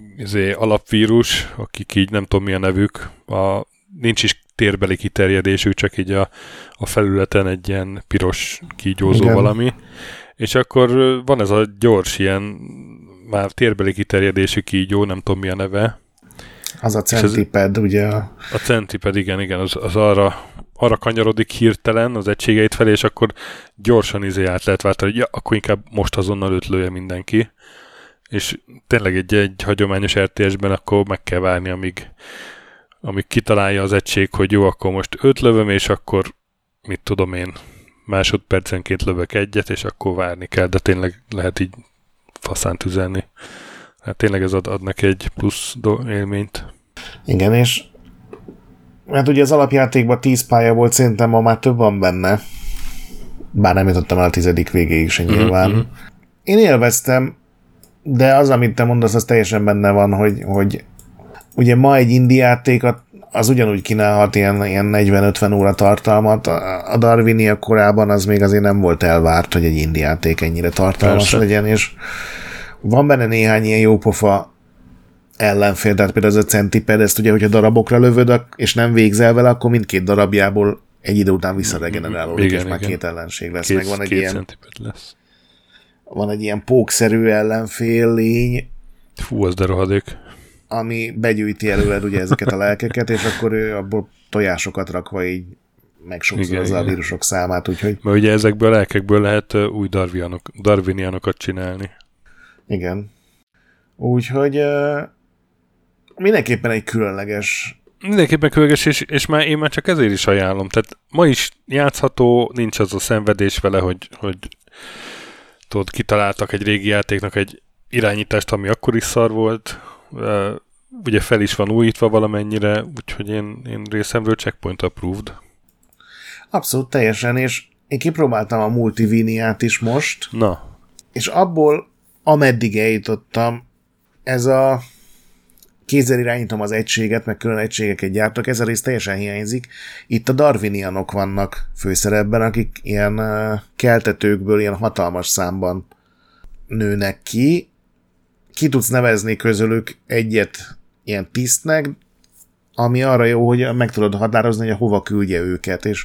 alapvírus, akik így nem tudom mi a nevük, nincs is térbeli kiterjedésük, csak így a felületen egy ilyen piros kígyózó igen. Valami, és akkor van ez a gyors ilyen már térbeli kiterjedésű kígyó, nem tudom mi a neve. Az a centiped, ugye? A centiped, igen, az arra kanyarodik hirtelen az egységeit felé, és akkor gyorsan át lehet váltani, hogy akkor inkább most azonnal őt lője mindenki. És tényleg egy hagyományos RTS-ben akkor meg kell várni, amíg kitalálja az egység, hogy jó, akkor most őt lövöm, és akkor mit tudom én, másodpercenként lövök egyet, és akkor várni kell, de tényleg lehet így faszán tüzelni. Hát tényleg ez ad neki egy plusz élményt. Igen, és hát ugye az alapjátékban 10 pálya volt, szerintem ma már több van benne. Bár nem jutottam el a 10. végéig se nyilván. Mm-hmm. Én élveztem, de az, amit te mondasz, az teljesen benne van, hogy ugye ma egy indie játék az ugyanúgy kínálhat ilyen 40-50 óra tartalmat. A Darwinia korában az még azért nem volt elvárt, hogy egy indie játék ennyire tartalmas persze. legyen, és van benne néhány ilyen jópofa ellenfél, tehát például ez a centiped, ezt ugye, hogyha darabokra lövöd, és nem végzel vele, akkor mindkét darabjából egy idő után visszaregenerálódik, és már két ellenség lesz. Meg van egy ilyen lesz. Van egy ilyen pókszerű ellenfél lény. Fú, az de rohadék. Ami begyűjti előled ugye ezeket a lelkeket, és akkor ő abból tojásokat rakva így megsokszorozza a vírusok számát, úgyhogy... Mert ugye ezekből a lelkekből lehet új darwinianokat csinálni. Igen. Úgyhogy mindenképpen egy különleges... Mindenképpen különleges, és én már csak ezért is ajánlom. Tehát ma is játszható, nincs az a szenvedés vele, hogy tudod, kitaláltak egy régi játéknak egy irányítást, ami akkor is szar volt. Ugye fel is van újítva valamennyire, úgyhogy én részemről checkpoint approved. Abszolút teljesen, és én kipróbáltam a Multiviniát is most. Na. És abból, ameddig eljutottam, ez a kézzel irányítom az egységet, meg külön egységeket gyártok, ez a rész teljesen hiányzik. Itt a Darwinianok vannak főszerepben, akik ilyen keltetőkből ilyen hatalmas számban nőnek ki. Ki tudsz nevezni közülük egyet ilyen tisztnek, ami arra jó, hogy meg tudod határozni, hogy hova küldje őket, és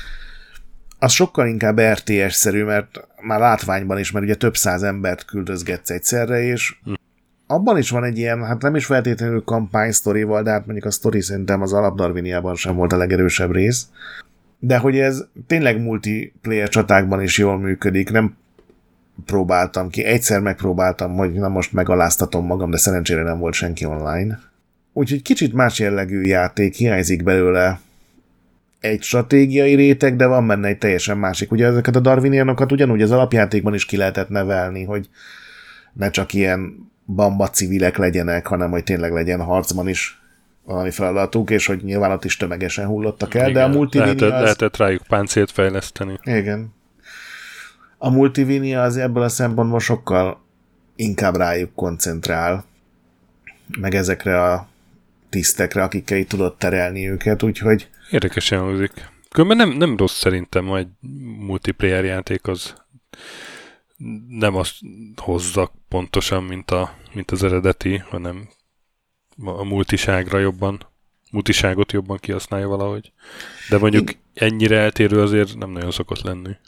az sokkal inkább RTS-szerű, mert már látványban is, mert ugye több száz embert küldözgetsz egyszerre, és abban is van egy ilyen, hát nem is feltétlenül kampány sztorival, de hát mondjuk a sztori szerintem az alap Darwiniában sem volt a legerősebb rész, de hogy ez tényleg multiplayer csatákban is jól működik, nem próbáltam ki. Egyszer megpróbáltam, hogy na most megaláztatom magam, de szerencsére nem volt senki online. Úgyhogy kicsit más jellegű játék, hiányzik belőle egy stratégiai réteg, de van benne egy teljesen másik. Ugye ezeket a Darwinianokat ugyanúgy az alapjátékban is ki lehetett nevelni, hogy ne csak ilyen bamba civilek legyenek, hanem hogy tényleg legyen harcban is valami feladatuk, és hogy nyilván ott is tömegesen hullottak el, Igen, de a Multivinia lehetett rájuk páncélt fejleszteni. Igen. A Multivinia az ebből a szempontból sokkal inkább rájuk koncentrál, meg ezekre a tisztekre, akikkel így tudod terelni őket, úgyhogy... Érdekesen hangzik. Különben nem rossz szerintem, egy multiplayer játék az nem azt hozza pontosan, mint az eredeti, hanem a multiságot jobban kihasználja valahogy. De mondjuk ennyire eltérő azért nem nagyon szokott lenni.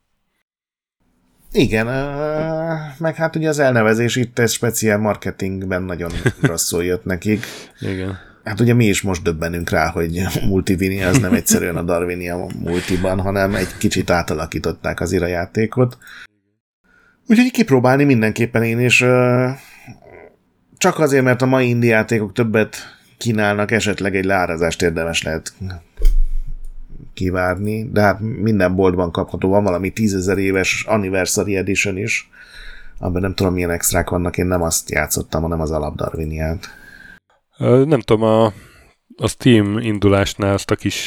Igen, meg hát ugye az elnevezés itt ez speciál marketingben nagyon rosszul jött nekik. Igen. Hát ugye mi is most döbbenünk rá, hogy Multivinia az nem egyszerűen a Darwinia multiban, hanem egy kicsit átalakították az játékot. Úgyhogy kipróbálni mindenképpen én is. Csak azért, mert a mai indie játékok többet kínálnak, esetleg egy leárazást érdemes lehet kivárni, de hát minden boltban kapható, van valami 10.000 éves Anniversary Edition is, abban nem tudom milyen extrák vannak, én nem azt játszottam, hanem az alap Darwiniát. Nem tudom, a Steam indulásnál azt a kis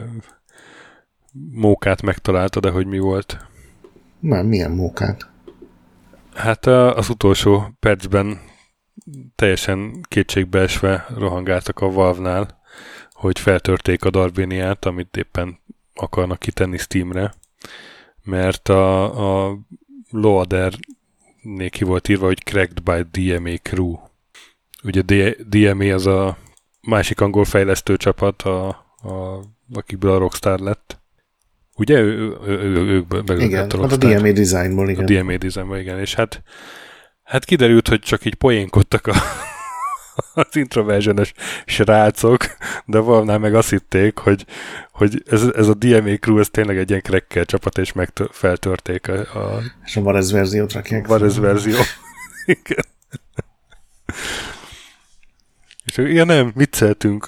mókát megtaláltad, de hogy mi volt? Nem, milyen mókát? Hát az utolsó percben teljesen kétségbeesve rohangáltak a Valve-nál, hogy feltörték a Darwiniát, amit éppen akarnak kitenni Steamre, mert a Loader-nél ki volt írva, hogy cracked by DMA Crew. Ugye DMA az a másik angol fejlesztő csapat, akikből a Rockstar lett. Ugye ők belőle igen, lett a Rockstar. Rockstar. A DMA Designból, igen. A DMA Designból, igen. És hát kiderült, hogy csak így poénkodtak az introversion-es srácok, de valamnál meg azt hitték, hogy ez a DMA Crew, ez tényleg egy ilyen cracker csapat, és feltörték és a Varez verziót rakják. Varez verzió. Igen. És igen, nem, vicceltünk.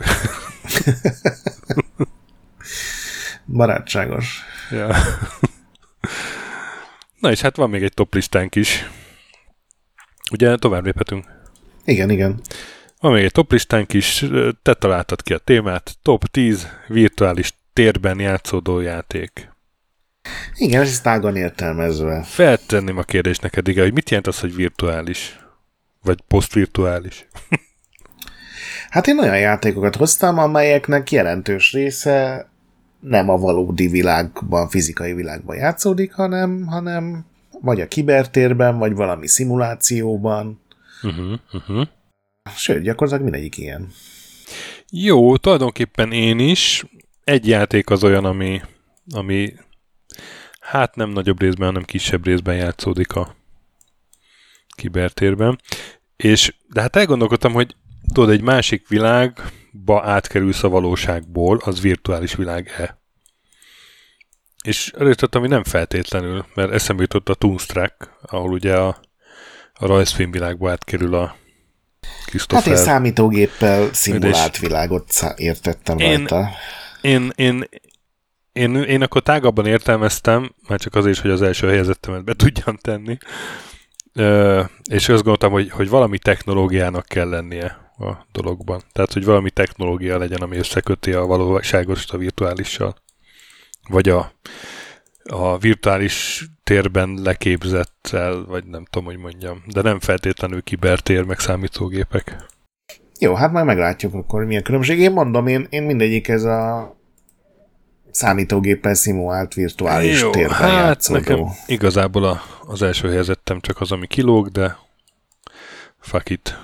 Barátságos. Ja. Na és hát van még egy top listánk is. Ugye tovább léphetünk. Igen. Van még egy top listánk is, te találtad ki a témát, top 10 virtuális térben játszódó játék. Igen, ez tágan értelmezve. Feltenném a kérdést neked, igen, hogy mit jelent az, hogy virtuális? Vagy posztvirtuális? Hát én olyan játékokat hoztam, amelyeknek jelentős része nem a valódi világban, fizikai világban játszódik, hanem vagy a kibertérben, vagy valami szimulációban. Sőt, gyakorlatilag mindegyik ilyen. Jó, tulajdonképpen én is. Egy játék az olyan, ami hát nem nagyobb részben, hanem kisebb részben játszódik a kibertérben. De hát elgondolkodtam, hogy tudod, egy másik világba átkerülsz a valóságból, az virtuális világ-e. És előttem, hogy nem feltétlenül, mert eszembe jutott a Toonstruck, ahol ugye a rajzfilmvilágba átkerül a Christopher. Hát én számítógéppel szimulált világot értettem rajta. Én akkor tágabban értelmeztem, már csak azért, hogy az első helyezettemet be tudjam tenni, és azt gondoltam, hogy valami technológiának kell lennie a dologban. Tehát, hogy valami technológia legyen, ami összeköti a valóságost a virtuálissal. Vagy a virtuális térben leképzettel, vagy nem tudom, hogy mondjam. De nem feltétlenül kibertér, meg számítógépek. Jó, hát majd meglátjuk akkor, mi a különbség. Én mondom, én mindegyik ez a számítógéppel szimulált virtuális térben játszódó. Nekem igazából az első helyezettem csak az, ami kilóg, de fuck it.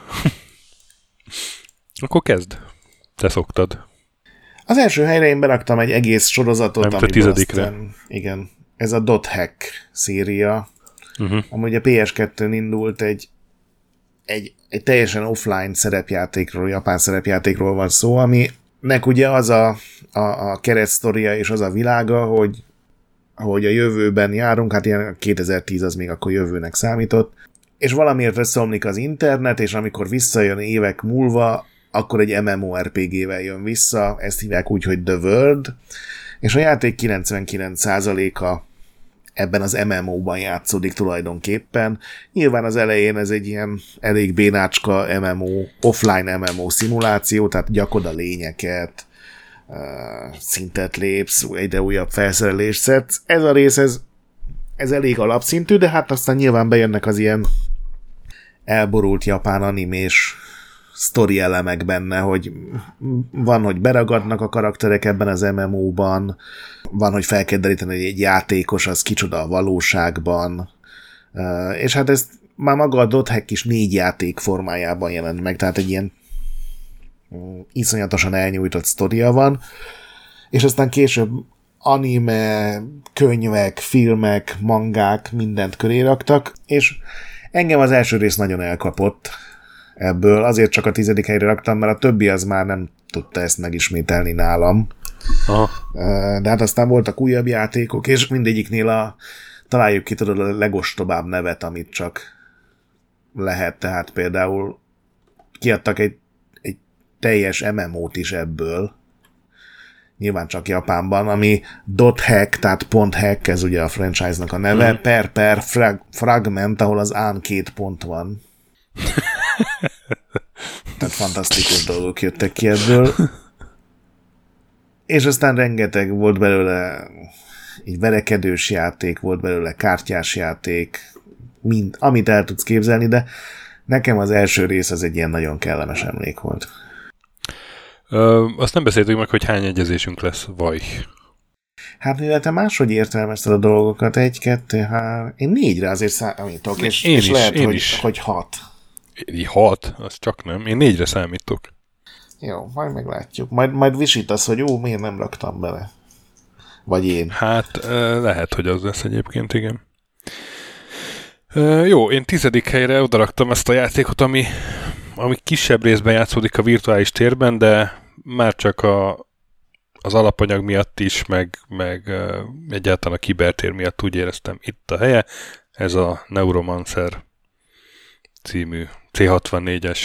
Akkor kezd. Te szoktad. Az első helyre én beraktam egy egész sorozatot, nem, a 10-re. Igen, ez a Dot Hack széria. Amúgy a PS2-n indult egy teljesen offline szerepjátékról, japán szerepjátékról van szó, aminek ugye az a keresztsztoria és az a világa, hogy a jövőben járunk, hát ilyen 2010 az még akkor jövőnek számított, és valamiért összeomlik az internet, és amikor visszajön évek múlva, akkor egy MMORPG-vel jön vissza, ezt hívják úgy, hogy The World, és a játék 99%-a ebben az MMO-ban játszódik tulajdonképpen. Nyilván az elején ez egy ilyen elég bénácska MMO, offline MMO szimuláció, tehát gyakod a lényeket, szintet lépsz, egyre újabb felszerelést szedsz. Ez a rész, ez elég alapszintű, de hát aztán nyilván bejönnek az ilyen elborult japán animés sztori elemek benne, hogy van, hogy beragadnak a karakterek ebben az MMO-ban, van, hogy fel kell deríteni, hogy egy játékos az kicsoda a valóságban, és hát ez már maga a Dot Hack is 4 játék formájában jelent meg, tehát egy ilyen iszonyatosan elnyújtott sztoria van, és aztán később anime, könyvek, filmek, mangák, mindent köré raktak, és engem az első rész nagyon elkapott ebből, azért csak a 10. helyre raktam, mert a többi az már nem tudta ezt megismételni nálam. Aha. De hát aztán voltak újabb játékok, és mindegyiknél találjuk ki tudod a legostobább nevet, amit csak lehet, tehát például kiadtak egy teljes MMO-t is ebből, nyilván csak Japánban, ami Dot Hack, tehát pont hack, ez ugye a franchise-nak a neve, per fragment, ahol az án 2 pont van. Tehát fantasztikus dolgok jöttek ki ebből. És aztán rengeteg volt belőle egy verekedős játék, volt belőle kártyás játék, mind, amit el tudsz képzelni, de nekem az első rész az egy ilyen nagyon kellemes emlék volt. Azt nem beszéltük meg, hogy hány egyezésünk lesz, vaj. Hát mivel te máshogy értelmezted a dolgokat, 1, 2, 3, én 4-re azért számítok, és lehet, hogy 6. 6? Az csak nem. Én 4-re számítok. Jó, majd meglátjuk. Majd visítasz, hogy jó, miért nem raktam bele. Vagy én. Hát lehet, hogy az lesz egyébként, igen. Jó, én 10. helyre odaraktam ezt a játékot, ami kisebb részben játszódik a virtuális térben, de már csak az alapanyag miatt is, meg egyáltalán a kibertér miatt úgy éreztem itt a helye. Ez a Neuromancer című C64-es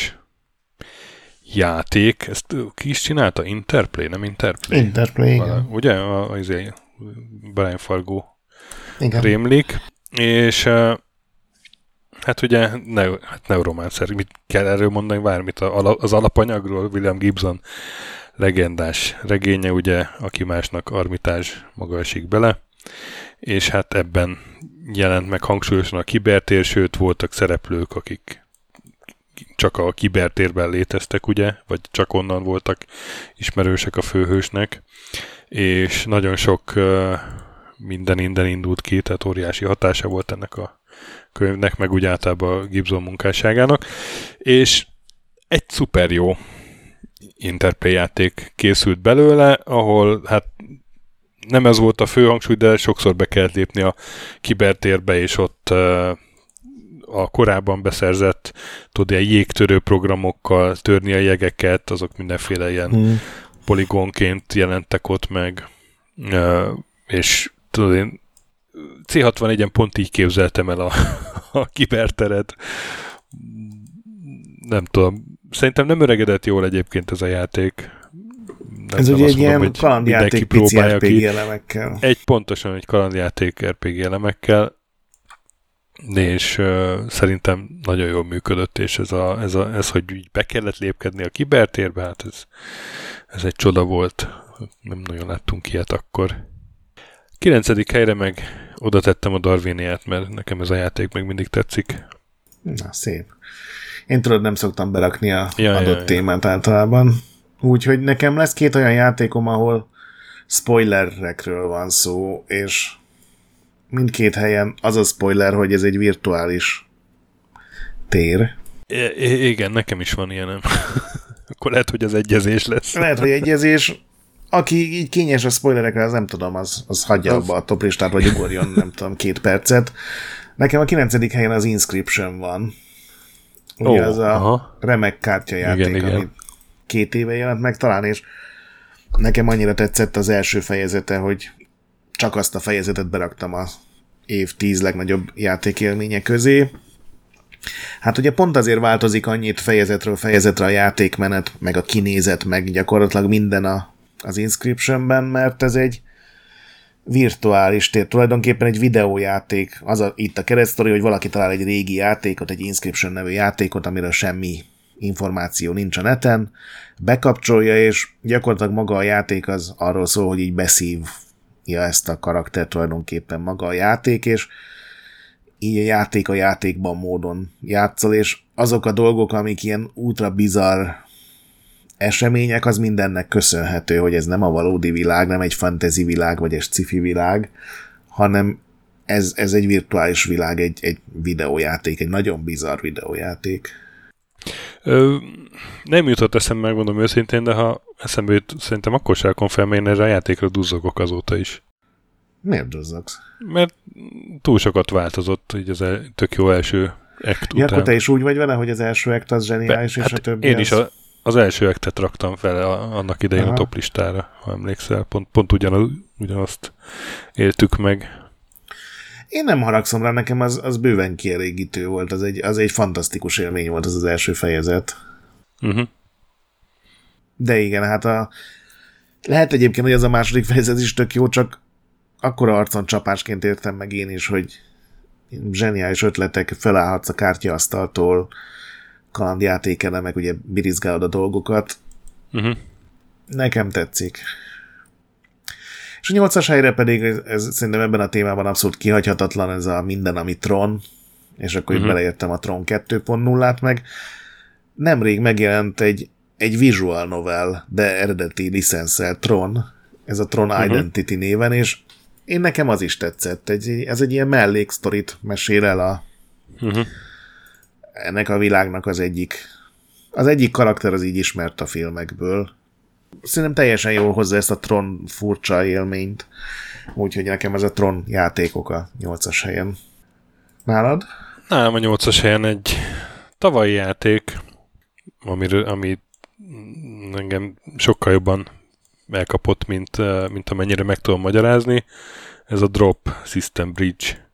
játék. Ezt ki is csinálta? Interplay, nem Interplay? Interplay, igen. Ugye? Brian Fargo rémlik. És hát ugye Neuromancer. Mit kell erről mondani? Bármit az alapanyagról. William Gibson legendás regénye, ugye, aki másnak Armitage maga esik bele. És hát ebben jelent meg hangsúlyosan a kibertér, sőt voltak szereplők, akik csak a kibertérben léteztek, ugye, vagy csak onnan voltak ismerősek a főhősnek, és nagyon sok minden innen indult ki, tehát óriási hatása volt ennek a könyvnek, meg úgy általában a Gibson munkásságának, és egy szuper jó Interplay játék készült belőle, ahol hát nem ez volt a fő hangsúly, de sokszor be kellett lépni a kibertérbe, és ott a korábban beszerzett ilyen jégtörő programokkal törni a jegeket, azok mindenféle ilyen poligonként jelentek ott meg, és tudod, én C64-en pont így képzeltem el a kiberteret. Nem tudom, szerintem nem öregedett jól egyébként ez a játék. Ez ugye egy ilyen kalandjáték pici RPG elemekkel. Pontosan egy kalandjáték RPG elemekkel, és szerintem nagyon jól működött, és ez hogy így be kellett lépkedni a kibertérbe, hát ez egy csoda volt. Nem nagyon láttunk ilyet akkor. 9. helyre meg oda tettem a Darwiniát, mert nekem ez a játék meg mindig tetszik. Na, szép. Én tudod, nem szoktam berakni a adott témát általában. Úgyhogy nekem lesz 2 olyan játékom, ahol spoilerekről van szó, és mindkét helyen az a spoiler, hogy ez egy virtuális tér. Igen, nekem is van ilyenem. Akkor lehet, hogy az egyezés lesz. Lehet, hogy egyezés. Aki így kényes a spoilerekre, az nem tudom, az hagyja abba a toplistát, vagy ugorjon, nem tudom, 2 percet. Nekem a 9. helyen az Inscription van. Ugye az a remek kártyajáték, ami 2 éve jelent meg talán, és nekem annyira tetszett az első fejezete, hogy csak azt a fejezetet beraktam az év 10 legnagyobb játékélménye közé. Hát ugye pont azért változik annyit fejezetről fejezetre a játékmenet, meg a kinézet, meg gyakorlatilag minden az Inscriptionben, mert ez egy virtuális tér, tulajdonképpen egy videójáték. Itt a keresztori, hogy valaki talál egy régi játékot, egy Inscription nevű játékot, amiről semmi információ nincs a neten, bekapcsolja, és gyakorlatilag maga a játék az arról szól, hogy így beszívja ezt a karaktert tulajdonképpen maga a játék, és így a játék a játékban módon játszol, és azok a dolgok, amik ilyen ultra bizarr események, az mindennek köszönhető, hogy ez nem a valódi világ, nem egy fantasy világ, vagy egy sci-fi világ, hanem ez egy virtuális világ, egy videójáték, egy nagyon bizarr videójáték. Nem jutott eszembe, megmondom őszintén, de ha eszembe jut, szerintem akkor se rakom fel, mert én erre a játékra duzzogok azóta is. Miért duzzogsz? Mert túl sokat változott így az tök jó első act után. Akkor te is úgy vagy vele, hogy az első act az zseniális, és a többi én is az első actet raktam fel annak idején a top listára, ha emlékszel. Pont ugyanazt éltük meg. Én nem haragszom rá, nekem az bőven kielégítő volt. Az egy fantasztikus élmény volt az első fejezet. Uh-huh. De igen, hát lehet egyébként, hogy az a második fejezet is tök jó, csak akkora arcon csapásként értem meg én is, hogy zseniális ötletek, felállhatsz a kártyaasztaltól, kalandjátékelemek, ugye birizgálod a dolgokat. Uh-huh. Nekem tetszik. És a 8-as helyre pedig, ez szerintem ebben a témában abszolút kihagyhatatlan, ez a minden, ami Tron, és akkor itt beleértem a Tron 2.0-át meg. Nemrég megjelent egy visual novel, de eredeti licenszel Tron, ez a Tron Identity néven, és nekem az is tetszett. Ez egy ilyen melléksztorit mesél el ennek a világnak az egyik karakter az így ismert a filmekből. Szerintem teljesen jól hozza ezt a Tron furcsa élményt. Úgyhogy nekem ez a Tron játékok a 8-as helyen. Nálad? Nálam a 8-as helyen egy tavalyi játék, ami engem sokkal jobban elkapott, mint amennyire meg tudom magyarázni. Ez a Drop System Bridge.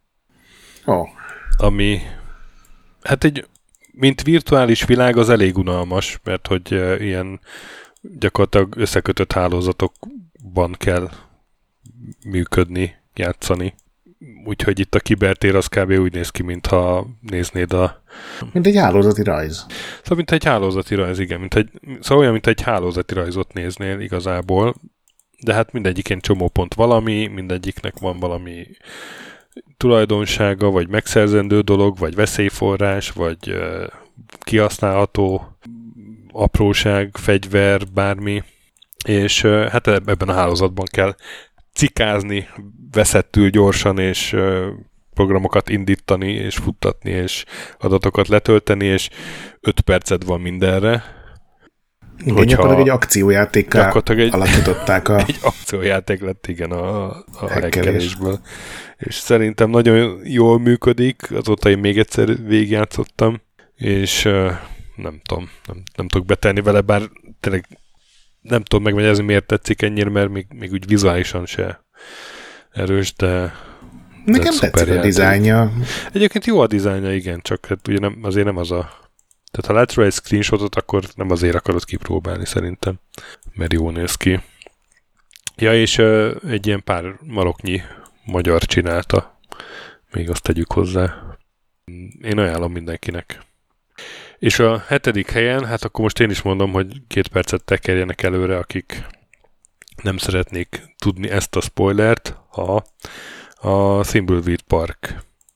Ami hát mint virtuális világ az elég unalmas, mert hogy ilyen gyakorlatilag összekötött hálózatokban kell működni, játszani. Úgyhogy itt a kibertér az kb. Úgy néz ki, mintha néznéd mint egy hálózati rajz. Szóval mint egy hálózati rajz, igen. Szóval olyan, mint egy hálózati rajzot néznél igazából, de hát mindegyiken csomópont valami, mindegyiknek van valami tulajdonsága, vagy megszerzendő dolog, vagy veszélyforrás, vagy kihasználható apróság, fegyver, bármi, és hát ebben a hálózatban kell cikázni veszettül gyorsan, és programokat indítani, és futtatni, és adatokat letölteni, és 5 perced van mindenre. Igen, gyakorlatilag egy akciójátékká alakították egy akciójáték lett, igen, a hackerésből. És szerintem nagyon jól működik, azóta én még egyszer végigjátszottam, és nem tudok betenni vele, bár tényleg nem tudom megmagyarázni, miért tetszik ennyire, mert még úgy vizuálisan se erős, de nekem tetszik a dizájnja. Egyébként jó a dizájnja, igen, csak hát ugye azért nem az a... Tehát ha látsz rá egy screenshotot, akkor nem azért akarod kipróbálni szerintem, mert jól néz ki. Ja, és egy ilyen pár maroknyi magyar csinálta. Még azt tegyük hozzá. Én ajánlom mindenkinek. És a 7. helyen, hát akkor most én is mondom, hogy 2 percet tekerjenek előre, akik nem szeretnék tudni ezt a spoilert, a Thimbleweed Park.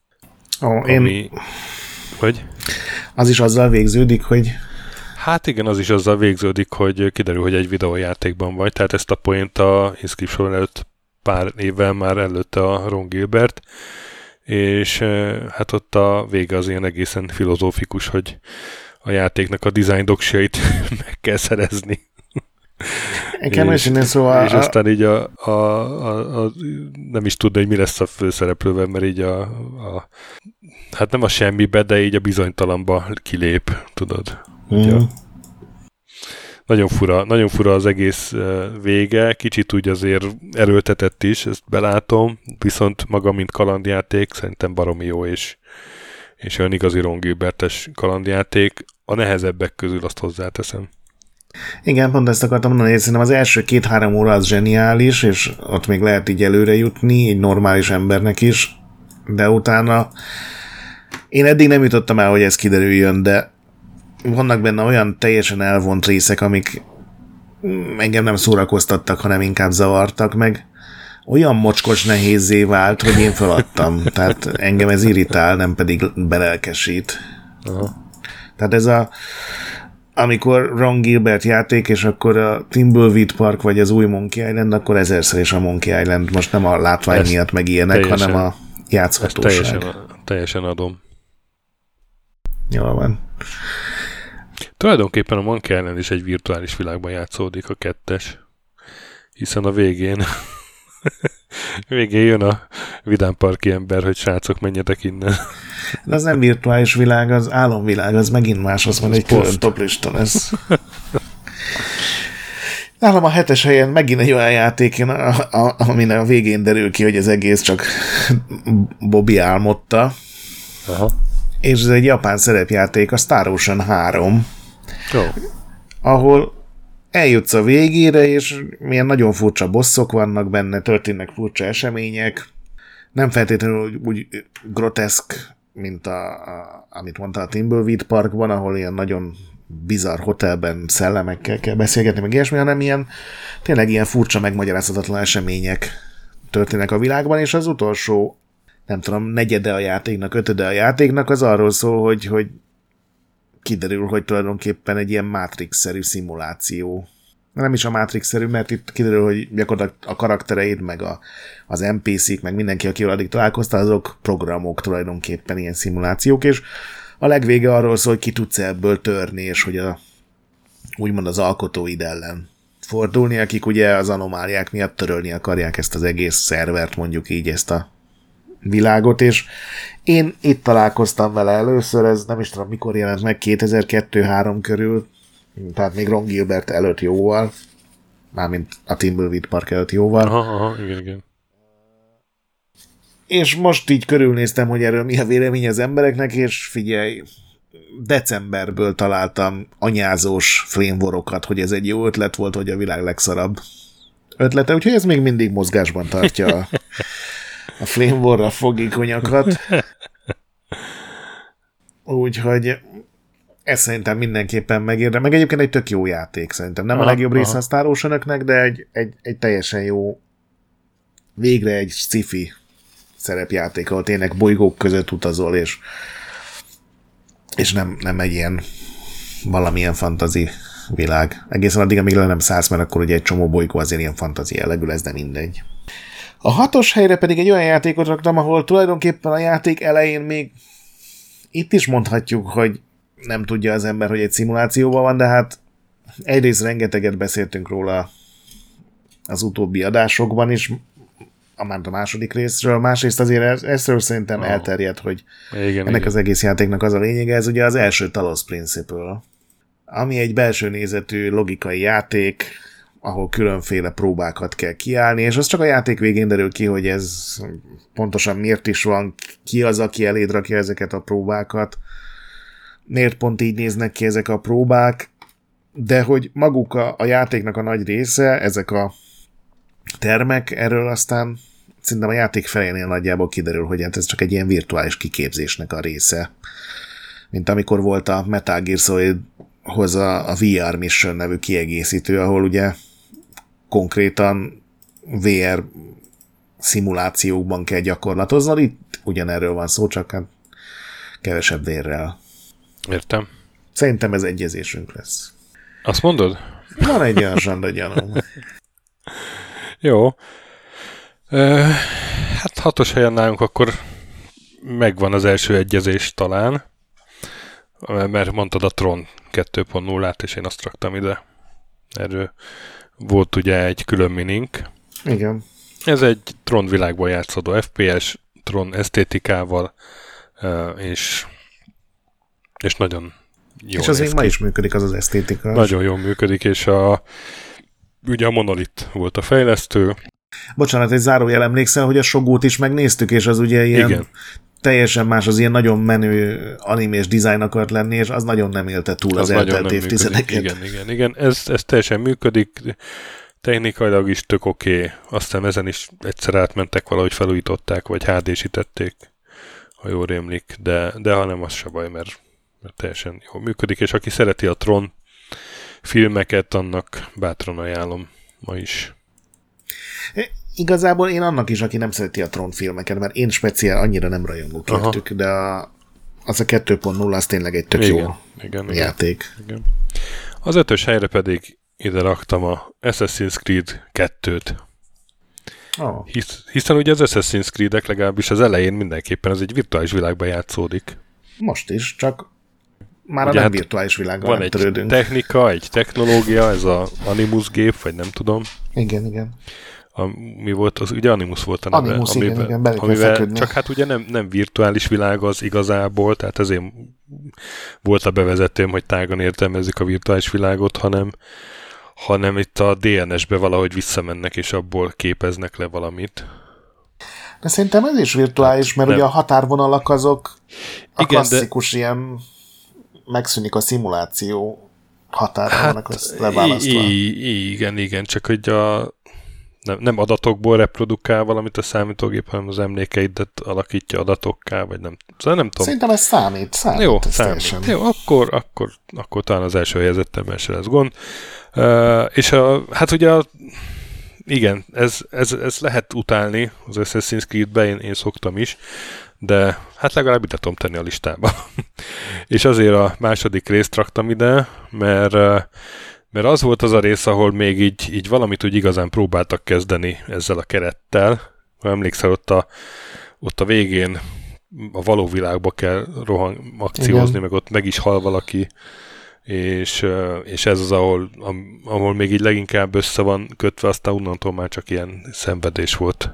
Hogy? Az is azzal végződik, hogy... Hát igen, az is azzal végződik, hogy kiderül, hogy egy videójátékban vagy, tehát ezt a point a Inscription előtt pár évvel már előtte a Ron Gilbert, és hát ott a vége az ilyen egészen filozófikus, hogy a játéknak a design doksiait meg kell szerezni. Szóval és aztán így nem is tudni, hogy mi lesz a főszereplővel, mert így hát nem a semmibe, de így a bizonytalanba kilép, tudod. Nagyon fura az egész vége, kicsit úgy azért erőltetett is, ezt belátom, viszont maga, mint kalandjáték, szerintem baromi jó, és olyan igazi Ron Gilbertes kalandjáték. A nehezebbek közül azt hozzáteszem. Igen, pont ezt akartam mondani, hogy szerintem az első 2-3 óra az zseniális, és ott még lehet így előre jutni, egy normális embernek is, de utána én eddig nem jutottam el, hogy ez kiderüljön, de vannak benne olyan teljesen elvont részek, amik engem nem szórakoztattak, hanem inkább zavartak, meg olyan mocskos nehézzé vált, hogy én feladtam. Tehát engem ez irritál, nem pedig belelkesít. Aha. Tehát ez amikor Ron Gilbert játék, és akkor a Thimbleweed Park, vagy az új Monkey Island, akkor ezerszer is a Monkey Island, most nem a látvány ezt miatt meg ilyenek, hanem a játszhatóság. Teljesen adom. Jól van. Tulajdonképpen a Monkey Island is egy virtuális világban játszódik, a 2-es. Hiszen a végén jön a vidámparki ember, hogy srácok, menjetek innen. De az nem virtuális világ, az álomvilág, az megint más, az van egy külön toplista lesz. Nálam a 7-es helyen megint egy olyan játék, amin a végén derül ki, hogy az egész csak Bobby álmodta. Aha. És ez egy japán szerepjáték, a Star Ocean 3, ahol eljutsz a végére, és milyen nagyon furcsa bosszok vannak benne, történnek furcsa események, nem feltétlenül úgy groteszk, mint amit mondta a Thimbleweed Parkban, ahol ilyen nagyon bizarr hotelben szellemekkel kell beszélgetni, meg ilyesmi, hanem ilyen, tényleg ilyen furcsa, megmagyarázhatatlan események történnek a világban, és az utolsó, nem tudom, negyede a játéknak, ötöde a játéknak, az arról szól, hogy kiderül, hogy tulajdonképpen egy ilyen Matrix-szerű szimuláció. Nem is a Matrix-szerű, mert itt kiderül, hogy gyakorlatilag a karaktereid, meg az NPC-k, meg mindenki, akivel addig találkoztál, azok programok tulajdonképpen, ilyen szimulációk, és a legvége arról szól, hogy ki tudsz ebből törni, és hogy úgymond az alkotóid ellen fordulni, akik ugye az anomáliák miatt törölni akarják ezt az egész szervert, mondjuk így ezt a világot, és én itt találkoztam vele először, ez nem is tudom mikor jelent meg, 2002-3 körül, tehát még Ron Gilbert előtt jóval, mármint a Thimbleweed Park előtt jóval. Aha, igen. És most így körülnéztem, hogy erről mi a vélemény az embereknek, és figyelj, decemberből találtam anyázós flamewar-okat, hogy ez egy jó ötlet volt, hogy a világ legszarabb ötlete, úgyhogy ez még mindig mozgásban tartja a flamewar-ra fogékonyakat. Úgyhogy ez szerintem mindenképpen megérdem. Meg egyébként egy tök jó játék szerintem. Nem a legjobb része a Star Ocean-öknek, de egy teljesen jó, végre egy sci-fi szerepjáték, ahol tényleg bolygók között utazol, és nem egy ilyen valamilyen fantazi világ. Egészen addig, amíg le nem szállsz, mert akkor ugye egy csomó bolygó azért ilyen fantazi jellegű lesz, de mindegy. A 6-os helyre pedig egy olyan játékot raktam, ahol tulajdonképpen a játék elején még itt is mondhatjuk, hogy nem tudja az ember, hogy egy szimulációban van, de hát egyrészt rengeteget beszéltünk róla az utóbbi adásokban is, a második részről, másrészt azért ezről szerintem elterjedt, hogy ennek az egész játéknak az a lényege, ez ugye az első Talos Principle, ami egy belső nézetű logikai játék, ahol különféle próbákat kell kiállni, és az csak a játék végén derül ki, hogy ez pontosan miért is van, ki az, aki eléd rakja ezeket a próbákat, miért pont így néznek ki ezek a próbák, de hogy maguk a játéknak a nagy része, ezek a termek, erről aztán szerintem a játék felénél nagyjából kiderül, hogy hát ez csak egy ilyen virtuális kiképzésnek a része. Mint amikor volt a Metal Gear Solidhoz a VR Mission nevű kiegészítő, ahol ugye konkrétan VR szimulációkban kell gyakorlatoznod, itt ugyanerről van szó, csak hát kevesebb vérrel. Értem. Szerintem ez egyezésünk lesz. Azt mondod? Van egy olyan zsanda gyanúm. Jó. Hát 6-os helyen nálunk akkor megvan az első egyezés talán, mert mondtad a Tron 2.0-át, és én azt raktam ide. Erről volt ugye egy külön minink. Igen. Ez egy Tron világban játszódó FPS, Tron esztétikával, és nagyon jó. És az még ma is működik az esztétika. Nagyon jól működik, és ugye a Monolith volt a fejlesztő. Bocsánat, egy zárójel, emlékszel, hogy a Sogót is megnéztük, és az ugye ilyen igen. teljesen más, az ilyen nagyon menő animés dizájn akart lenni, és az nagyon nem élte túl az eltelt évtizedeket. Igen. Ez teljesen működik, technikailag is tök oké. Aztán ezen is egyszer átmentek, valahogy felújították, vagy HD-sítették, ha jól rémlik, de ha nem, az se baj, mert teljesen jól működik, és aki szereti a Tron filmeket, annak bátran ajánlom ma is. Igazából én annak is, aki nem szereti a Tron filmeket, mert én speciál annyira nem rajongok értük, de az a 2.0 az tényleg egy tök jó játék. Igen. Az 5-ös helyre pedig ide raktam a Assassin's Creed 2-t. Oh. Hiszen ugye az Assassin's Creed-ek legalábbis az elején mindenképpen az egy virtuális világban játszódik. Most is, csak már ugye a nem virtuális világban van egy technika, egy technológia, ez az Animus gép, vagy nem tudom. Igen. Mi volt az? Ugye Animus volt a neve. Animus, amivel csak hát ugye nem virtuális világ az igazából, tehát ezért volt a bevezetőm, hogy tágan értelmezik a virtuális világot, hanem itt a DNS-be valahogy visszamennek, és abból képeznek le valamit. De szerintem ez is virtuális, mert ugye a határvonalak azok a klasszikus ilyen megszűnik a szimuláció határvonalak, azt leválasztva. Igen, csak hogy nem adatokból reprodukál valamit a számítógép, hanem az emlékeidet alakítja adatokká, vagy nem. Szóval nem tudom. Szerintem ez számít. Jó, számít. Jó, akkor talán az első helyezettemben se lesz gond. És hát ugye igen, ez lehet utálni az Assassin's Creed-be, én szoktam is, de hát legalább ide tudom tenni a listába. És azért a második részt raktam ide, mert az volt az a rész, ahol még így valamit úgy igazán próbáltak kezdeni ezzel a kerettel. Ha emlékszel, ott a végén a való világba kell akciózni, meg ott meg is hal valaki, és ez az, ahol még így leginkább össze van kötve, aztán onnantól már csak ilyen szenvedés volt.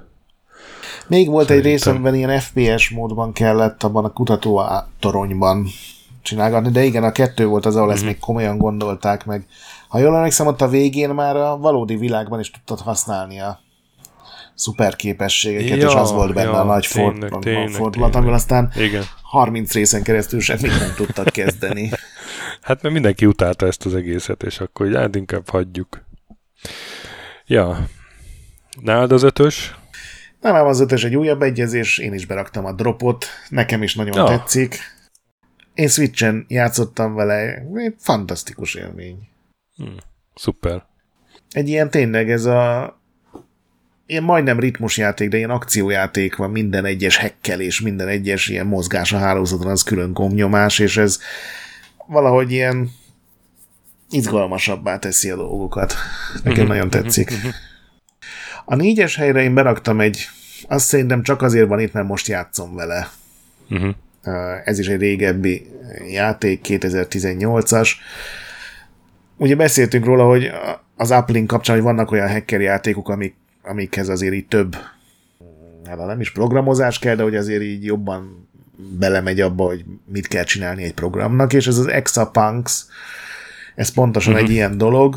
Még volt szerintem egy rész, amiben ilyen FPS módban kellett abban a kutatótoronyban csinálgatni, de igen, a 2 volt az, ahol ezt még komolyan gondolták meg. Ha jól emlékszem, ott a végén már a valódi világban is tudtad használni a szuperképességeket, és az volt benne a nagy fordulat, amivel aztán 30 részen keresztül semmit nem tudtak kezdeni. Hát mert mindenki utálta ezt az egészet, és akkor hát inkább hagyjuk. Ja. Nálad az 5-ös? Nem, az 5-ös egy újabb egyezés, én is beraktam a dropot, nekem is nagyon tetszik. Én Switchen játszottam vele, fantasztikus élmény. Szuper. Egy ilyen tényleg ez ilyen majdnem ritmusjáték, de ilyen akciójáték van, minden egyes hekkelés, minden egyes ilyen mozgás a hálózaton, az külön gombnyomás, és ez valahogy ilyen izgalmasabbá teszi a dolgokat. Nekem nagyon tetszik. A 4-es helyre én beraktam azt szerintem csak azért van itt, mert most játszom vele. Ez is egy régebbi játék, 2018-as. Ugye beszéltünk róla, hogy az Uplink kapcsán, hogy vannak olyan hacker játékok, amikhez azért így több, hát nem is programozás kell, de hogy azért így jobban belemegy abba, hogy mit kell csinálni egy programnak, és ez az Exapunks, ez pontosan egy ilyen dolog.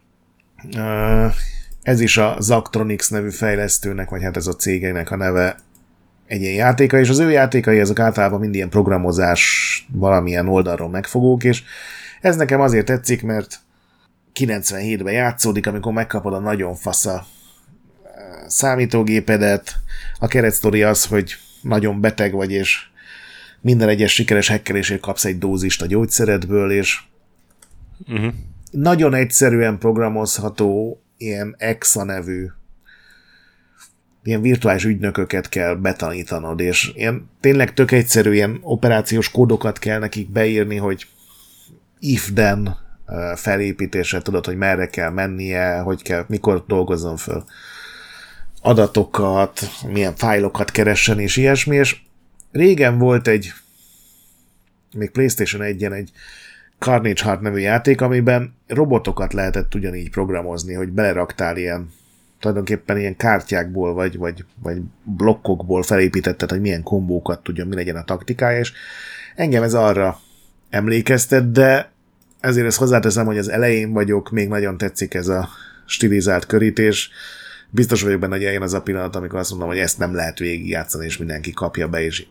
Ez is a Zachtronics nevű fejlesztőnek, vagy hát ez a cégnek a neve, egy ilyen játéka, és az ő játékai azok általában mind ilyen programozás valamilyen oldalról megfogók, és ez nekem azért tetszik, mert 97-ben játszódik, amikor megkapod a nagyon fasza számítógépedet, a keretsztori az, hogy nagyon beteg vagy, és minden egyes sikeres hackerésért kapsz egy dózist a gyógyszeredből, és nagyon egyszerűen programozható ilyen EXA nevű ilyen virtuális ügynököket kell betanítanod, és ilyen tényleg tök egyszerű ilyen operációs kódokat kell nekik beírni, hogy if-then felépítésre tudod, hogy merre kell mennie, hogy kell, mikor dolgozzon föl adatokat, milyen fájlokat keressen, és ilyesmi, és régen volt még PlayStation 1-en egy Carnage Heart nevű játék, amiben robotokat lehetett ugyanígy programozni, hogy beleraktál ilyen tulajdonképpen ilyen kártyákból, vagy blokkokból felépítetted, hogy milyen kombókat tudjon, mi legyen a taktikája, és engem ez arra emlékeztet, de ezért ezt hozzáteszem, hogy az elején vagyok, még nagyon tetszik ez a stilizált körítés. Biztos vagyok benne, hogy eljön az a pillanat, amikor azt mondom, hogy ezt nem lehet végigjátszani, és mindenki kapja be, és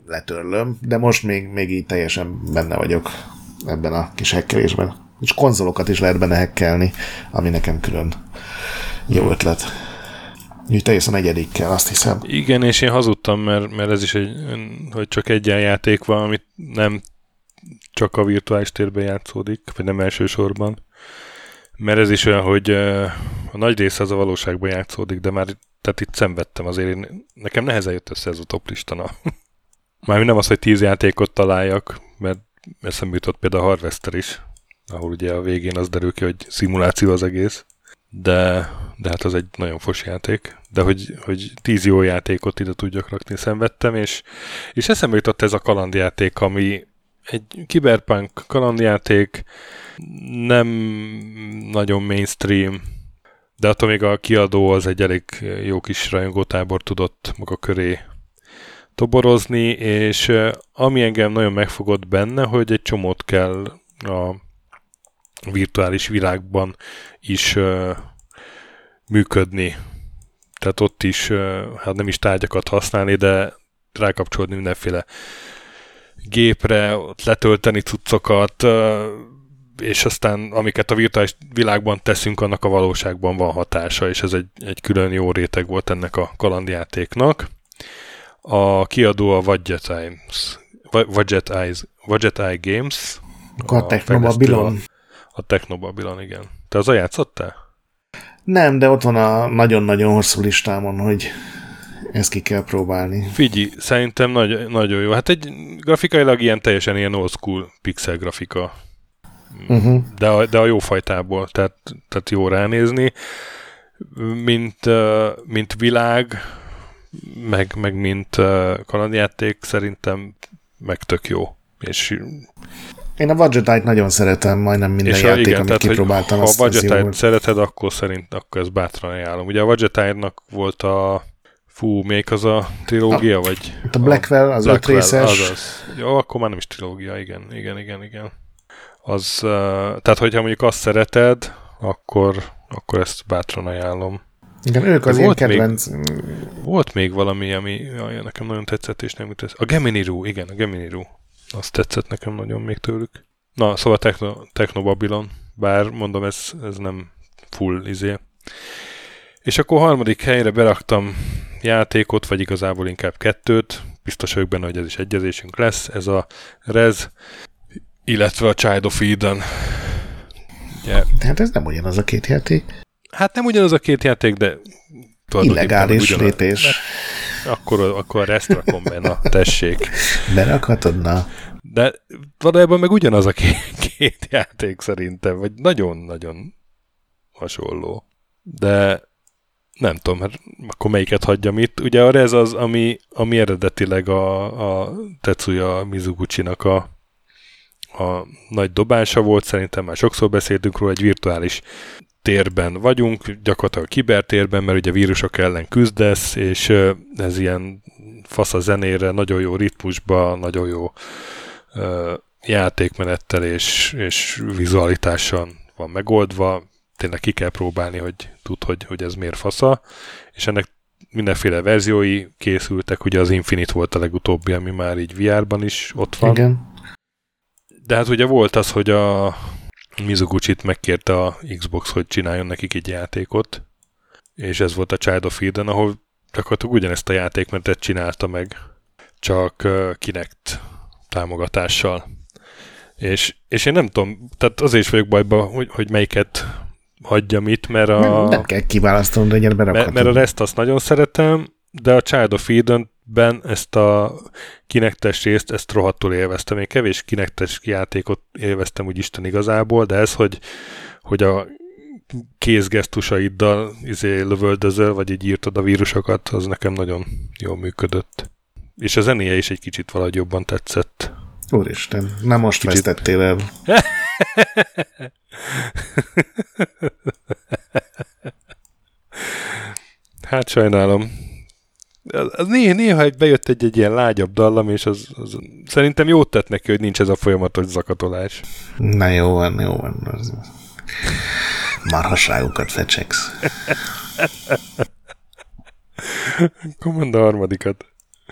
letörlöm, de most még így teljesen benne vagyok ebben a kis hekkelésben. És konzolokat is lehet benne hekkelni, ami nekem külön jó ötlet. Úgyhogy teljesen egyedikkel, azt hiszem. Igen, és én hazudtam, mert ez is hogy csak egy játék van, amit nem csak a virtuális térben játszódik, vagy nem elsősorban. Mert ez is olyan, hogy a nagy része az a valóságban játszódik, de már tehát itt szenvedtem azért. Nekem nehezen jött össze ez a top listana. Mármint nem az, hogy 10 játékot találjak, mert eszembe jutott például a Harvester is, ahol ugye a végén az derül ki, hogy szimuláció az egész. De hát az egy nagyon fos játék. De hogy 10 jó játékot ide tudjak rakni, szenvedtem, és eszembe jutott ez a kalandjáték, ami egy cyberpunk kalandjáték, nem nagyon mainstream, de attól még a kiadó az egy elég jó kis rajongótábor tudott maga köré toborozni, és ami engem nagyon megfogott benne, hogy egy csomót kell a virtuális világban is működni. Tehát ott is, hát nem is tárgyakat használni, de rákapcsolni mindenféle gépre, ott letölteni cuccokat, és aztán amiket a virtuális világban teszünk, annak a valóságban van hatása, és ez egy külön jó réteg volt ennek a kalandjátéknak. A kiadó a Wadjet Eye Games. A Technobabilon. A Technobabilon, igen. Te azzal játszottál? Nem, de ott van a nagyon-nagyon hosszú listámon, hogy ezt ki kell próbálni. Figyelj, szerintem nagyon jó. Hát egy grafikailag teljesen ilyen old school pixel grafika. Uh-huh. De a jó fajtából, tehát jó ránézni. Mint világ, meg mint kalandjáték szerintem meg tök jó. És én a Wadjet Eye-t nagyon szeretem, majdnem minden játék, igen, amit tehát, kipróbáltam. Ha a Wadjet Eye-t szereted, akkor ezt bátran ajánlom. Ugye a Wadjet Eye-nak volt még az a trilógia, vagy? A Blackwell, az 5 részes. Azaz. Jó, akkor már nem is trilógia, igen. Az, tehát, hogyha mondjuk azt szereted, akkor ezt bátran ajánlom. Igen, ők az én kedvenc. Volt még valami, ami nekem nagyon tetszett, és nem jut ez. A Gemini Rue, igen, a Gemini Rue. Azt tetszett nekem nagyon még tőlük. Na, szóval Technobabilon, bár mondom, ez nem full izé. És akkor harmadik helyre beraktam játékot, vagy igazából inkább 2, biztos vagyok benne, hogy ez is egyezésünk lesz. Ez a Rez, illetve a Child of Eden. Yeah. Hát ez nem ugyanaz a 2 játék. Hát nem ugyanaz a 2 játék, de illegális lépés. Akkor a Rezt rakom be, na, tessék. Berakhatod, na. De valójában meg ugyanaz a 2 játék szerintem, vagy nagyon-nagyon hasonló. De nem tudom, hát akkor melyiket hagyjam itt. Ugye a Rez az, ami eredetileg a Tetsuya Mizuguchi-nak a nagy dobása volt, szerintem már sokszor beszéltünk róla, egy virtuális térben vagyunk, gyakorlatilag kibertérben, mert ugye vírusok ellen küzdesz, és ez ilyen fasz a zenére, nagyon jó ritmusba, nagyon jó játékmenettel és vizualitáson van megoldva. Tényleg ki kell próbálni, hogy tudd, hogy ez miért fasza. És ennek mindenféle verziói készültek, ugye az Infinite volt a legutóbbi, ami már így VR-ban is ott van. Igen. De hát ugye volt az, hogy a Mizuguchi-t megkérte a Xbox, hogy csináljon nekik egy játékot, és ez volt a Child of Eden, ahol gyakorlatilag ugyanezt a játékmenetet csinálta meg, csak Kinect támogatással. És én nem tudom, tehát azért is vagyok bajban, hogy melyiket hagyjam itt, mert nem kell kiválasztanom, de egyet berakhatom. Mert a Rest azt nagyon szeretem, de a Child of Eden-ben ezt a Kinectes részt, ezt rohadtul élveztem. Én kevés Kinectes játékot élveztem úgy Isten igazából, de ez, hogy a kézgesztusaiddal lövöldözöl, vagy így írtad a vírusokat, az nekem nagyon jól működött. És a zenéje is egy kicsit valahogy jobban tetszett. Úristen, nem most vesztettél el. Hát sajnálom. Néha bejött egy ilyen lágyabb dallam, és az szerintem jót tett neki, hogy nincs ez a folyamatos zakatolás. Na jó van. Marhasságokat fecseksz. Akkor mondd a harmadikat.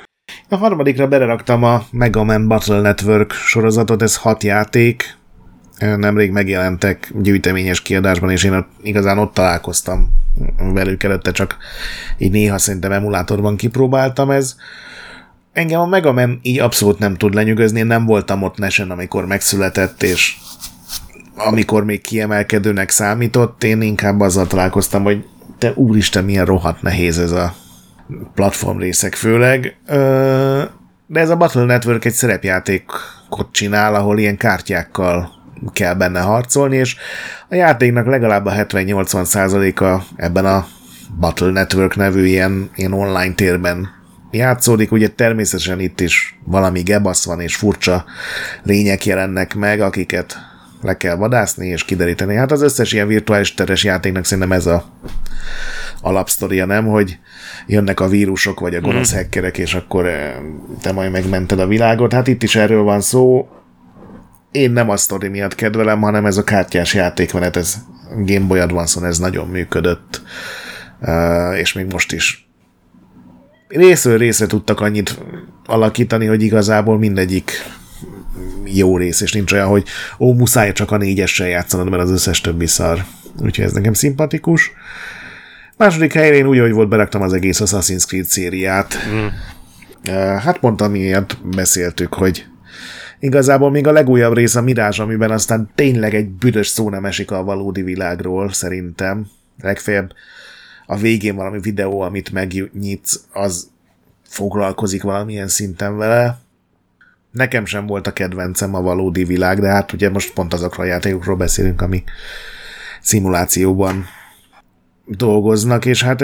A harmadikra beleraktam a Mega Man Battle Network sorozatot, ez 6 játék, nemrég megjelentek gyűjteményes kiadásban, és én igazán ott találkoztam velük, előtte csak így néha szerintem emulátorban kipróbáltam. Ez engem a Mega Man így abszolút nem tud lenyűgözni, én nem voltam ott NES-en, amikor megszületett, és amikor még kiemelkedőnek számított, én inkább azzal találkoztam, hogy te úristen, milyen rohadt nehéz ez a platform részek főleg. De ez a Battle Network egy szerepjátékot csinál, ahol ilyen kártyákkal kell benne harcolni, és a játéknak legalább a 70-80%-a ebben a Battle Network nevű ilyen online térben játszódik. Ugye természetesen itt is valami gebasz van, és furcsa lények jelennek meg, akiket le kell vadászni és kideríteni. Hát az összes ilyen virtuális teres játéknak szerintem ez a alapsztoria, nem? Hogy jönnek a vírusok, vagy a gonosz hackerek, és akkor te majd megmented a világot. Hát itt is erről van szó. Én nem a sztori miatt kedvelem, hanem ez a kártyás játékmenet, ez Game Boy Advance-on ez nagyon működött, és még most is. Részről részre tudtak annyit alakítani, hogy igazából mindegyik jó rész, és nincs olyan, hogy muszáj csak a 4-essel játszanod, mert az összes többi szar. Úgyhogy ez nekem szimpatikus. Második helyre én úgy, hogy volt, beraktam az egész Assassin's Creed szériát. Hát pont amiért beszéltük, hogy igazából még a legújabb rész a Mirage, amiben aztán tényleg egy büdös szó nem esik a valódi világról, szerintem. Legfeljebb a végén valami videó, amit megnyitsz, az foglalkozik valamilyen szinten vele. Nekem sem volt a kedvencem a valódi világ, de hát ugye most pont azokról a játékokról beszélünk, ami szimulációban dolgoznak, és hát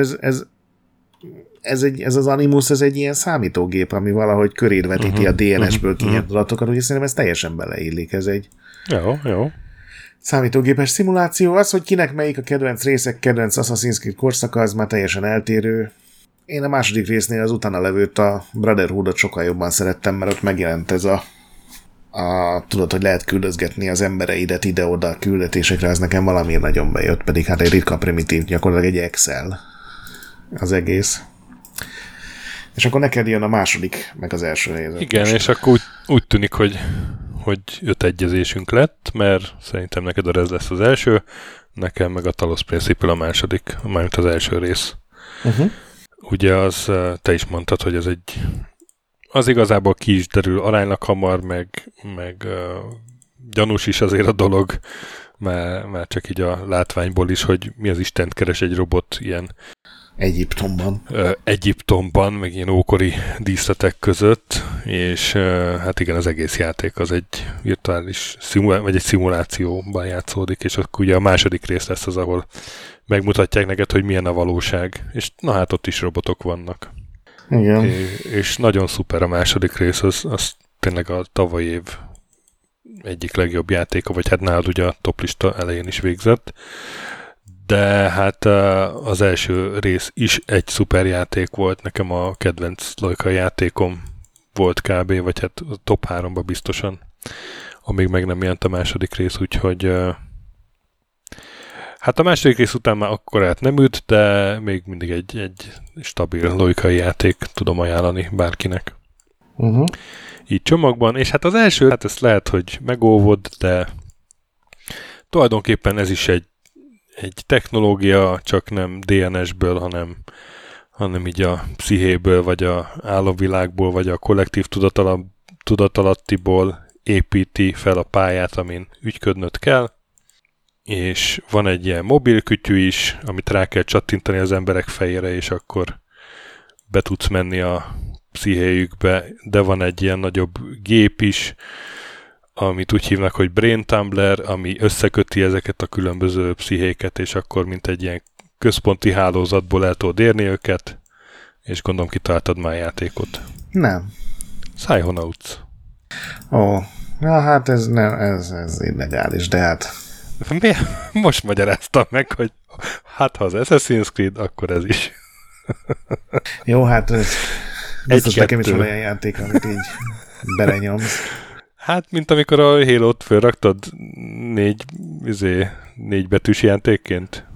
ez az Animus, ez egy ilyen számítógép, ami valahogy köréd vetíti a DNS-ből kinyert adatokat, ugye szerintem ez teljesen beleillik, ez egy jó. Számítógépes szimuláció. Az, hogy kinek melyik a kedvenc részek, kedvenc Assassin's Creed korszaka, az már teljesen eltérő. Én a második résznél az utána levőt, a Brotherhoodot sokkal jobban szerettem, mert ott megjelent ez tudod, hogy lehet küldözgetni az embereidet ide-oda a küldetésekre, az nekem valamiért nagyon bejött, pedig hát egy ritka primitív, gyakorlatilag egy Excel az egész. És akkor neked jön a második, meg az első helyzet. Igen, most. És akkor úgy tűnik, hogy 5 egyezésünk lett, mert szerintem neked a Rez lesz az első, nekem meg a Talos Principle a második, mármint az első rész. Ugye az, te is mondtad, hogy ez az igazából ki is derül aránylag hamar, meg gyanús is azért a dolog, már csak így a látványból is, hogy mi az Istent keres egy robot ilyen Egyiptomban, meg ilyen ókori díszletek között, és hát igen, az egész játék az egy virtuális vagy egy szimulációban játszódik, és akkor ugye a második rész lesz az, ahol megmutatják neked, hogy milyen a valóság, és na hát ott is robotok vannak. Igen. És nagyon szuper a második rész, az tényleg a tavalyi év egyik legjobb játéka, vagy hát nálad ugye a toplista elején is végzett. De hát az első rész is egy szuper játék volt, nekem a kedvenc Lojka játékom volt kb, vagy hát a top 3-ba biztosan, amíg meg nem jelent a második rész, úgyhogy hát a második rész után már akkorát nem üt, de még mindig egy stabil Lojka játék tudom ajánlani bárkinek. Így csomagban, és hát az első, hát ezt lehet, hogy megóvod, de tulajdonképpen ez is egy technológia, csak nem DNS-ből, hanem így a pszichéből, vagy a álomvilágból, vagy a kollektív tudatalattiból építi fel a pályát, amin ügyködnöd kell, és van egy ilyen mobilkütyű is, amit rá kell csattintani az emberek fejére, és akkor be tudsz menni a pszichéjükbe, de van egy ilyen nagyobb gép is, amit úgy hívnak, hogy Brain Tumbler, ami összeköti ezeket a különböző pszichéket, és akkor mint egy ilyen központi hálózatból el tudod érni őket, és gondolom kitaláltad már a játékot. Nem. Psychonauts. Na hát ez illegális, de hát... Most magyaráztam meg, hogy hát ha az Assassin's Creed, akkor ez is. Jó, hát biztos nekem is van olyan játék, amit így belenyomsz. Hát, mint amikor a Halo-t fölraktad 4 betűs játékként.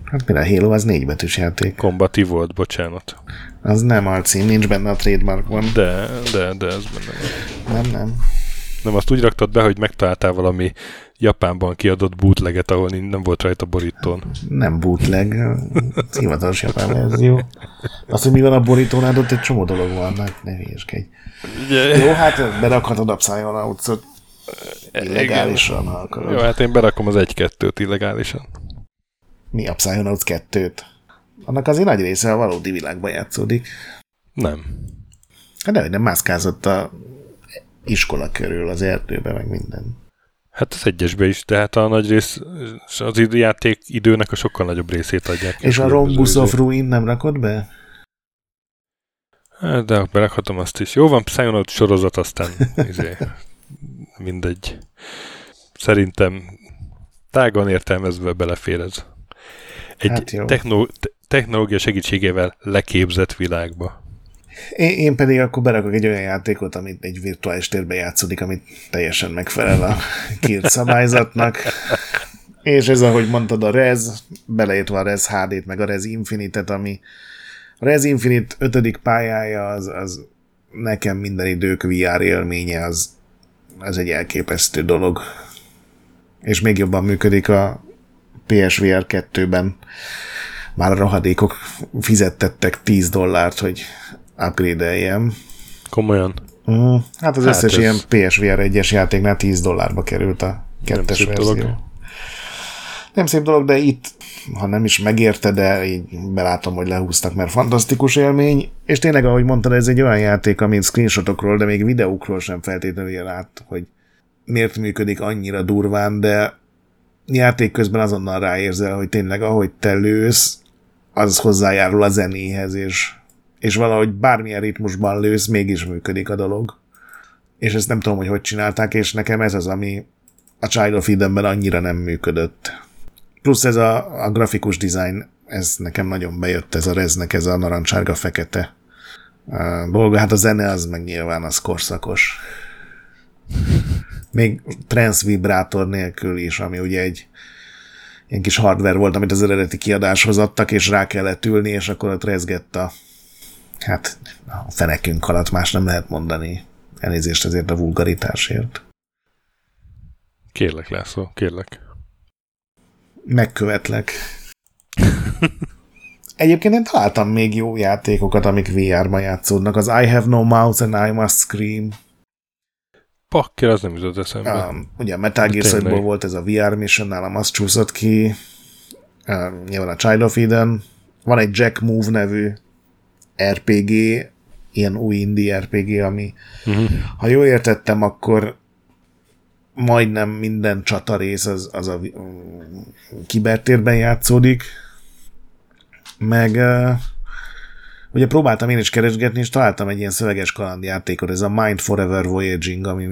Hát mire a Halo az 4 betűs játék. Combat volt, bocsánat. Az nem alcím, nincs benne a trademarkban. De ez benne van. Nem. Nem, azt úgy raktad be, hogy megtaláltál valami Japánban kiadott bootleget, ahol nem volt rajta borítón. Nem bootleg, hivatalos japán verzió. Azt, hogy mi van a borítónál, ott egy csomó dolog van, hát ne hülyeskedj. Jó, hát berakhatod a Psychonauts-ot illegálisan, ha akarod. Jó, hát én berakom az 1-2-t illegálisan. Mi a Psychonauts 2-t? Annak azért nagy része a valódi világban játszódik. Nem. Hát de, hogy nem mászkázott a iskola körül, az erdőbe, meg minden. Hát az egyesbe is, tehát a nagy rész, az játék időnek a sokkal nagyobb részét adják. És a Rhombus of Ruin nem rakod be? Hát, de berakhatom azt is. Jó van, Psychonauts sorozat, aztán mindegy. Szerintem tágan értelmezve belefér ez. Egy hát technológia segítségével leképzett világba. Én pedig akkor berakok egy olyan játékot, amit egy virtuális térben játszódik, amit teljesen megfelel a kiírt szabályzatnak. És ez, ahogy mondtad, a Rez, beleértve a Rez HD-t, meg a Rez Infinite-et, ami a Rez Infinite 5. pályája, az nekem minden idők VR élménye, az egy elképesztő dolog. És még jobban működik a PSVR 2-ben. Már a rohadékok fizettettek $10, hogy upgrade-eljem. Komolyan? Hát az összes ilyen PSVR 1-es játéknál $10 került a 2-es verzió. Dolog. Nem szép dolog, de itt, ha nem is megérte, de így belátom, hogy lehúztak, mert fantasztikus élmény, és tényleg, ahogy mondtad, ez egy olyan játék, amit screenshotokról, de még videókról sem feltétlenül jön át, hogy miért működik annyira durván, de játék közben azonnal ráérzel, hogy tényleg ahogy te lősz, az hozzájárul a zenéhez, és valahogy bármilyen ritmusban lősz, mégis működik a dolog. És ezt nem tudom, hogy csinálták, és nekem ez az, ami a Child of Edenben annyira nem működött. Plusz ez a grafikus design, ez nekem nagyon bejött, ez a Reznek, ez a narancsárga-fekete dolga. Hát a zene az meg nyilván az korszakos. Még trance vibrátor nélkül is, ami ugye egy ilyen kis hardware volt, amit az eredeti kiadáshoz adtak, és rá kellett ülni, és akkor ott rezgett a fenekünk alatt, más nem lehet mondani. Elnézést ezért a vulgaritásért. Kérlek, László, kérlek. Megkövetlek. Egyébként én találtam még jó játékokat, amik VR-ban játszódnak. Az I Have No Mouth and I Must Scream. Pakker, az nem jutott eszembe. Ugye a Metal Gear Solidból volt ez a VR mission, nálam azt csúszott ki. Nyilván a Child of Eden. Van egy Jack Move nevű RPG, ilyen új indie RPG, ami ha jól értettem, akkor majdnem minden csatarész az a kibertérben játszódik. Meg ugye próbáltam én is keresgetni, és találtam egy ilyen szöveges kalandjátékot, ez a Mind Forever Voyaging, ami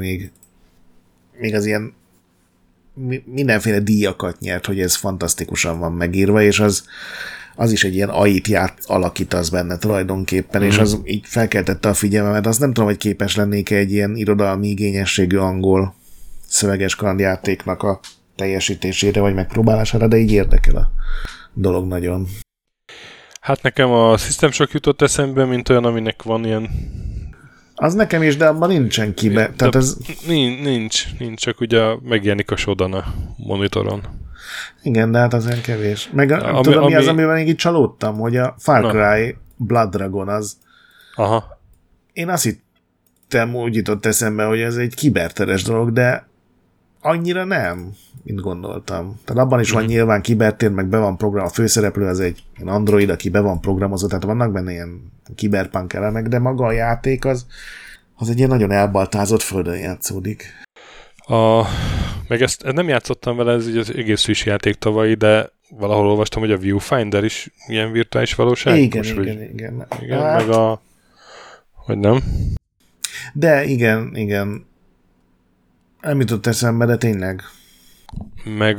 még az ilyen mindenféle díjakat nyert, hogy ez fantasztikusan van megírva, és az is egy ilyen AI-t alakítasz benne tulajdonképpen, és az így felkeltette a figyelmemet. Azt nem tudom, hogy képes lennék egy ilyen irodalmi igényességű angol szöveges kalandjátéknak a teljesítésére, vagy megpróbálására, de így érdekel a dolog nagyon. Hát nekem a System Shock jutott eszembe, mint olyan, aminek van ilyen... Az nekem is, de abban nincsen kibe. Tehát ez... Nincs, csak ugye megjelenik a Shodan a monitoron. Igen, de hát azért kevés. Meg tudod, mi az, amiben még így csalódtam, hogy a Far Cry Blood Dragon az... Aha. Én azt hittem, úgy jutott eszembe, hogy ez egy kiberteres dolog, de annyira nem, mint gondoltam. Tehát abban is van nyilván kibertér, meg be van program, a főszereplő az egy android, aki be van programozott, tehát vannak benne ilyen kiberpunk elemek, de maga a játék az egy ilyen nagyon elbaltázott földön játszódik. Meg ezt nem játszottam vele, ez egy egész friss játék tavalyi, de valahol olvastam, hogy a Viewfinder is ilyen virtuális valóság. Igen. Hát... meg a... Hogy nem? De igen. Nem jutott eszembe, de tényleg. Meg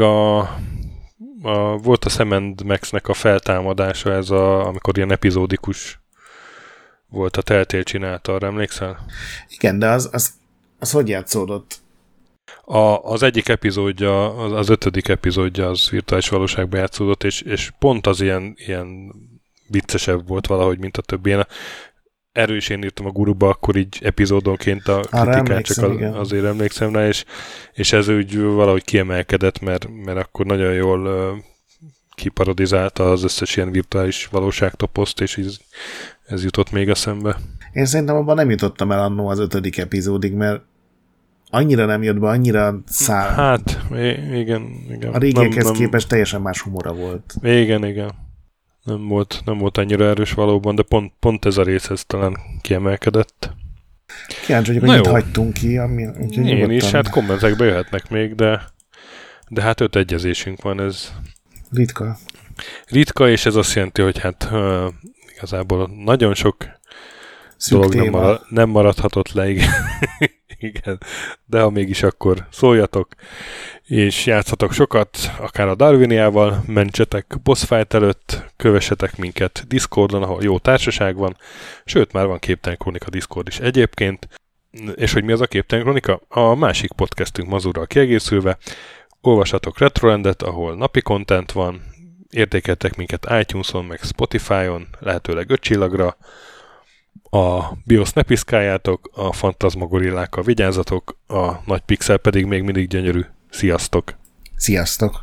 volt a Sam & Max-nek a feltámadása, ez amikor ilyen epizódikus volt, a Telltale csinálta, arra emlékszel? Igen, de az hogy játszódott? Az egyik epizódja, az 5. epizódja az virtuális valóságban játszódott, és pont az ilyen viccesebb volt valahogy, mint a többi. Én erős én írtam a guruba, akkor így epizódonként a kritikát, csak azért emlékszem rá, és ez úgy valahogy kiemelkedett, mert akkor nagyon jól kiparodizálta az összes ilyen virtuális valóságtoposzt, és ez jutott még eszembe. Én szerintem abban nem jutottam el annó az 5. epizódig, mert annyira nem jött be, annyira száll. Hát, igen. A régiekhez képest teljesen más humora volt. Igen. Nem volt annyira erős valóban, de pont ez a részhez talán kiemelkedett. Kíváncsi vagyok, hogy mit hagytunk ki. Én is, hát kommentekbe jöhetnek még, de hát 5 egyezésünk van, ez ritka, és ez azt jelenti, hogy hát igazából nagyon sok dolog nem maradhatott le, igen. De ha mégis, akkor szóljatok, és játsszatok sokat, akár a Darwiniával, mentsetek boss fight előtt, kövessetek minket Discordon, ahol jó társaság van, sőt, már van Képtelen Krónika Discord is egyébként, és hogy mi az a Képtelen Krónika? A másik podcastünk Mazurral kiegészülve, olvassatok Retrolandet, ahol napi content van, értékeltek minket iTunes-on, meg Spotify-on, lehetőleg 5 csillagra, a BIOS ne piszkáljátok, a fantasmagorillákkal vigyázzatok, a nagy pixel pedig még mindig gyönyörű. Sziasztok! Sziasztok!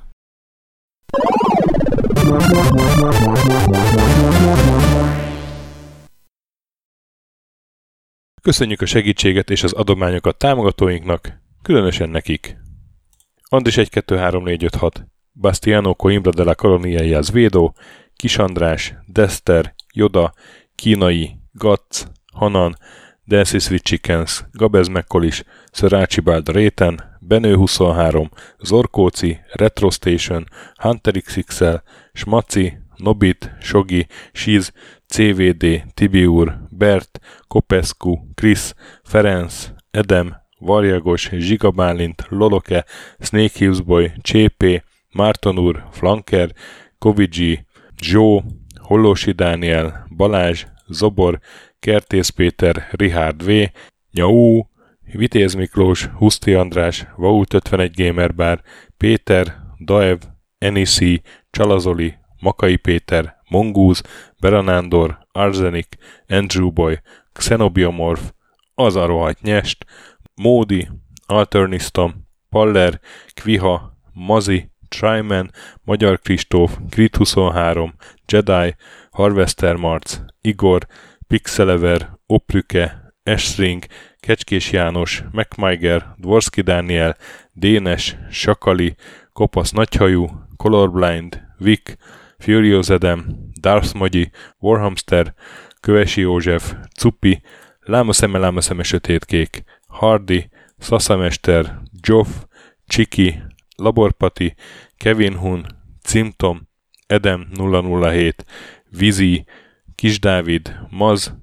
Köszönjük a segítséget és az adományokat támogatóinknak, különösen nekik. Andris 1, 2, 3, 4, 5, 6, Bastiano Coimbra de la Colonia y Azvédó, Kis András, Dester, Joda, Kínai, Gatz, Hanan, Dancy Sweet Chickens, Gabez Mekkolis, Sir Archibald Réten, Benő 23, Zorkóci, Retro Station, Hunter XXL, Smaci, Nobit, Sogi, Siz, CVD, Tibiur, Bert, Kopescu, Krisz, Ferenc, Edem, Varjagos, Zsigabálint, Loloke, Snake Hills Boy, Csépé, Márton úr, Flanker, Kovicsi, Zsó, Hollósi Dániel, Balázs, Zobor, Kertész Péter, Richard V, Nyau, Vitéz Miklós, Huszti András, Vaut 51 Gamerbar, Péter, Daev, Enisi, Csalazoli, Makai Péter, Mongúz, Beranándor, Arzenik, Andrew Boy, Xenobiomorph, Az a rohadt nyest, Módi, Alternisztom, Paller, Kviha, Mazi, Tryman, Magyar Kristóf, Grit 23, Jedi, Harvester Marc, Igor, Pixelever, Oprüke, Esring, Kecskés János, MacMiger, Dvorski Dániel, Dénes, Sakali, Kopasz Nagyhajú, Colorblind, Vic, Furious Edem, Darth Mogyi, Warhamster, Kövesi József, Cupi, Lámaszeme sötétkék, Hardy, Szaszamester, Joff, Csiki, Laborpati, Kevin Hun, Cimtom, Edem 007, Vizi, Kis Dávid, Maz,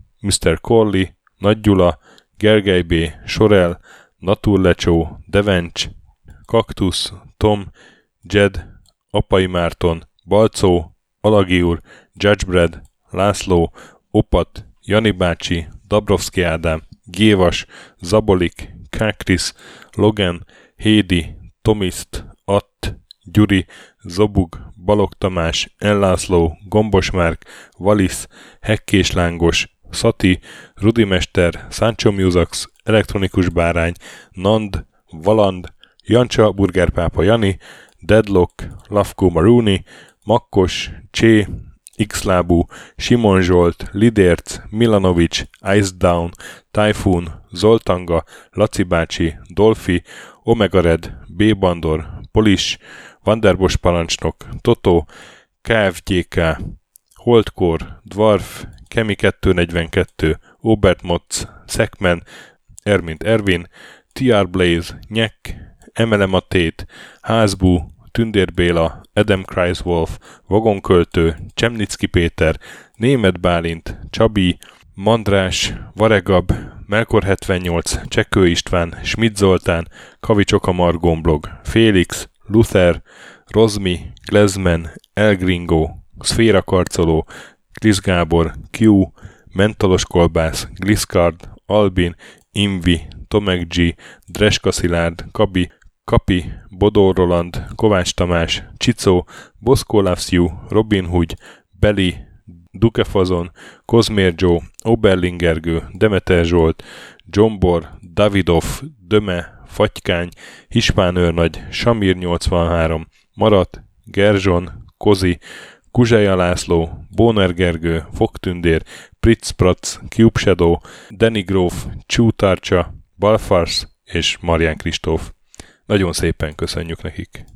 Mr. Corley, Nagy Gyula, Gergely B., Sorel, Naturlecsó, Devencs, Kaktusz, Tom, Jed, Apai Márton, Balcó, Alagi úr, Judgebred, László, Opat, Jani bácsi, Dabrowski Ádám, Gévas, Zabolik, Kákris, Logan, Hédi, Tomiszt, Att, Gyuri, Zobug, Balog Tamás, Enlászló, Gombos Márk, Valisz, Hekkés Lángos, Szati, Rudimester, Sancho Musax, Elektronikus Bárány, Nand, Valand, Jancsa, Burgerpápa Jani, Deadlock, Lavko Maruni, Makkos, Csé, Xlábú, Simon Zsolt, Lidérc, Milanovic, Ice Down, Typhoon, Zoltanga, Laci bácsi, Dolfi, Omega Red, B. Bandor, Polis, Vanderbos parancsnok, Toto, KFGK, Holdkor, Dwarf, Kemi 242, Obert Motz, Szekmen, Ermint Ervin, TR Blaze, Nyek, Emele Matét, Házbú, Tündér Béla, Adam Kreiswolf, Vagonköltő, Csemnicki Péter, Németh Bálint, Csabi, Mandrás, Varegab, Melkor 78, Csekkő István, Schmidt Zoltán, Kavicsok Margomblog, Félix, Luther, Rozmi, Glezman, Elgringo, Szféra Karcoló, Krisz Gábor, Q, Mentolos Kolbász, Gliscard, Albin, Invi, Tomek G, Dreska Szilárd, Kapi, Bodor Roland, Kovács Tamás, Csicó, Boszkó Loves You, Robin Hood, Beli, Dukefazon, Kozmér Joe, Oberlingergő, Demeter Zsolt, Zsombor, Davidov, Döme, Fatykány, Hispán őrnagy, Samir 83, Marat, Gerzson, Kozi, Kuzseja László, Bóner Gergő, Fogtündér, Pritz Prac, Cube Shadow, Danny Gróf, Csútárcsa, Balfars és Marián Kristóf. Nagyon szépen köszönjük nekik!